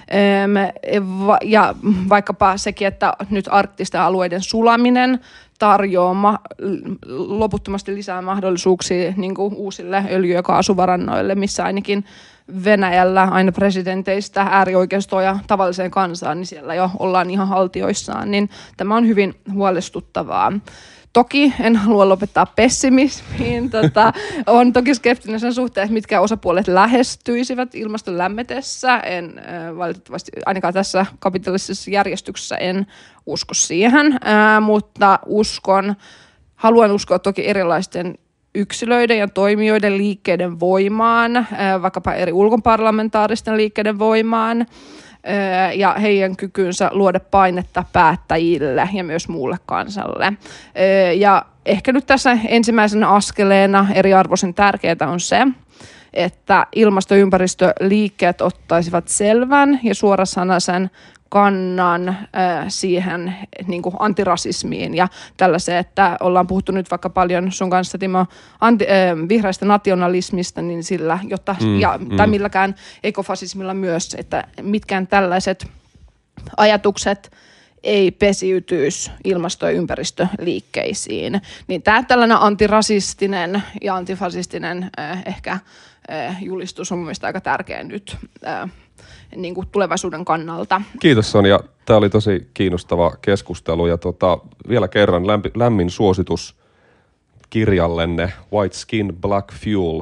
Ja vaikkapa sekin, että nyt arktisten alueiden sulaminen tarjoaa loputtomasti lisää mahdollisuuksia niin kuin uusille öljy- ja kaasuvarannoille, missä ainakin Venäjällä aina presidenteistä äärioikeistoa ja tavalliseen kansaan, niin siellä jo ollaan ihan haltioissaan, niin tämä on hyvin huolestuttavaa. Toki en halua lopettaa pessimismiin. On toki skeptinen sen suhteen, että mitkä osapuolet lähestyisivät ilmaston lämmetessä. En valitettavasti ainakaan tässä kapitalistisessa järjestyksessä en usko siihen, mutta haluan uskoa toki erilaisten yksilöiden ja toimijoiden liikkeiden voimaan, vaikkapa eri ulkoparlamentaaristen liikkeiden voimaan, ja heidän kykynsä luoda painetta päättäjille ja myös muulle kansalle. Ja ehkä nyt tässä ensimmäisenä askeleena eriarvoisen tärkeää on se, että ilmastoympäristöliikkeet ottaisivat selvän ja suorasanaisen kannan siihen niin kuin antirasismiin ja tällaiseen, että ollaan puhuttu nyt vaikka paljon sun kanssa, Timo, vihreästä nationalismista, niin sillä, tai milläkään ekofasismilla myös, että mitkään tällaiset ajatukset ei pesiytyisi ilmasto- ja ympäristöliikkeisiin. Niin tämä tällainen antirasistinen ja antifasistinen ehkä julistus on mun mielestä aika tärkeä nyt niin kuin tulevaisuuden kannalta. Kiitos Sonja. Tämä oli tosi kiinnostava keskustelu ja vielä kerran lämmin suositus kirjallenne White Skin, Black Fuel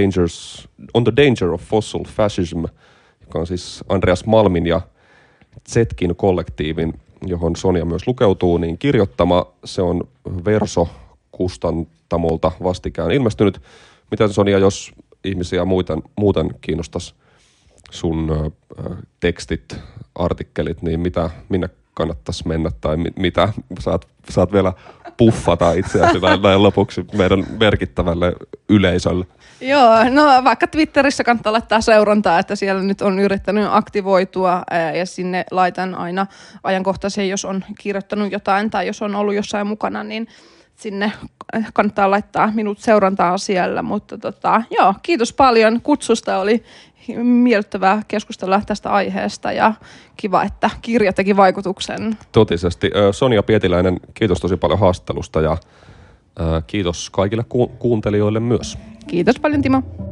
on the Danger of Fossil Fascism, joka on siis Andreas Malmin ja Zetkin kollektiivin, johon Sonja myös lukeutuu, niin kirjoittama. Se on Verso-kustantamolta vastikään ilmestynyt. Miten Sonja, jos ihmisiä muuten kiinnostaisi sun tekstit, artikkelit, niin minne kannattaisi mennä tai mitä saat vielä puffata itseäsi näin lopuksi meidän merkittävälle yleisölle? Joo, no vaikka Twitterissä kannattaa laittaa seurantaa, että siellä nyt on yrittänyt aktivoitua ja sinne laitan aina ajankohtaisia, jos on kirjoittanut jotain tai jos on ollut jossain mukana, niin sinne kannattaa laittaa minut seurantaa siellä, mutta joo, kiitos paljon kutsusta, oli miellyttävää keskustella tästä aiheesta ja kiva, että kirja teki vaikutuksen. Totisesti. Sonja Pietiläinen, kiitos tosi paljon haastattelusta ja kiitos kaikille kuuntelijoille myös. Kiitos paljon, Timo.